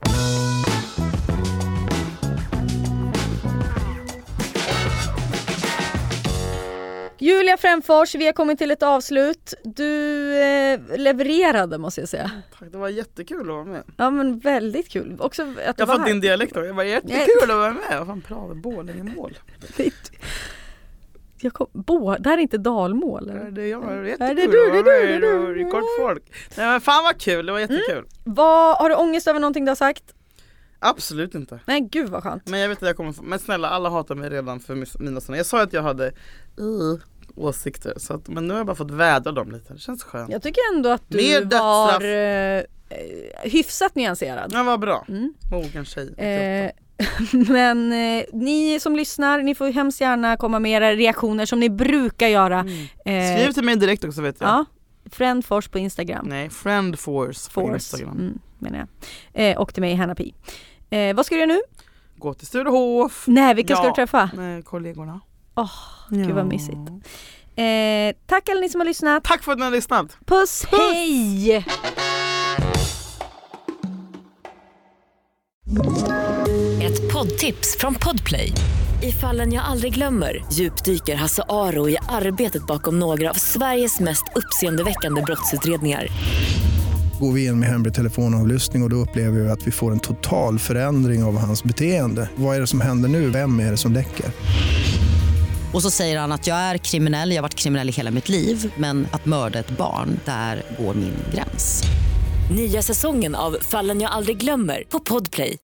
Speaker 2: Julia Fränfors, vi har kommit till ett avslut. Du levererade, måste jag säga.
Speaker 1: Tack, det var jättekul att vara med.
Speaker 2: Ja, men väldigt kul. Också att
Speaker 1: jag har fått din dialekt då. Det var jättekul att vara med. Vad fan pratar Borlängemål?
Speaker 2: Det här är inte dalmål. Eller?
Speaker 1: Det är jättekul. Det är kort folk. Nej, men fan vad kul, det var jättekul.
Speaker 2: Har du ångest över någonting du har sagt?
Speaker 1: Absolut inte.
Speaker 2: Nej, gud vad skönt.
Speaker 1: Men jag vet att jag kommer men snälla, alla hatar mig redan för mina sådana. Jag sa att jag hade åsikter, så att, men nu har jag bara fått vädra dem lite. Det känns skönt.
Speaker 2: Jag tycker ändå att du var hyfsat nyanserad.
Speaker 1: Ja, vad bra. Mogen tjej.
Speaker 2: Men ni som lyssnar, ni får hemskt gärna komma med era reaktioner som ni brukar göra.
Speaker 1: Skriv till mig direkt också, vet jag.
Speaker 2: Ja, Friendforce på Instagram.
Speaker 1: Nej, Friendforce på Instagram.
Speaker 2: Menar jag. Och till mig, Hanna Pi. Vad ska du göra nu?
Speaker 1: Gå till Sturehof.
Speaker 2: Nej, vilka ska du träffa?
Speaker 1: Med kollegorna.
Speaker 2: Gud vad mysigt. Tack alla ni som har lyssnat.
Speaker 1: Tack för att ni har lyssnat.
Speaker 2: Puss. Hej!
Speaker 4: Ett poddtips från Podplay. I Fallen jag aldrig glömmer djupdyker Hasse Aro i arbetet bakom några av Sveriges mest uppseendeväckande brottsutredningar.
Speaker 7: Går vi in med hemlig telefonavlyssning och då upplever vi att vi får en total förändring av hans beteende. Vad är det som händer nu? Vem är det som läcker?
Speaker 8: Och så säger han att jag är kriminell, jag har varit kriminell i hela mitt liv. Men att mörda ett barn, där går min gräns.
Speaker 4: Nya säsongen av Fallen jag aldrig glömmer på Podplay.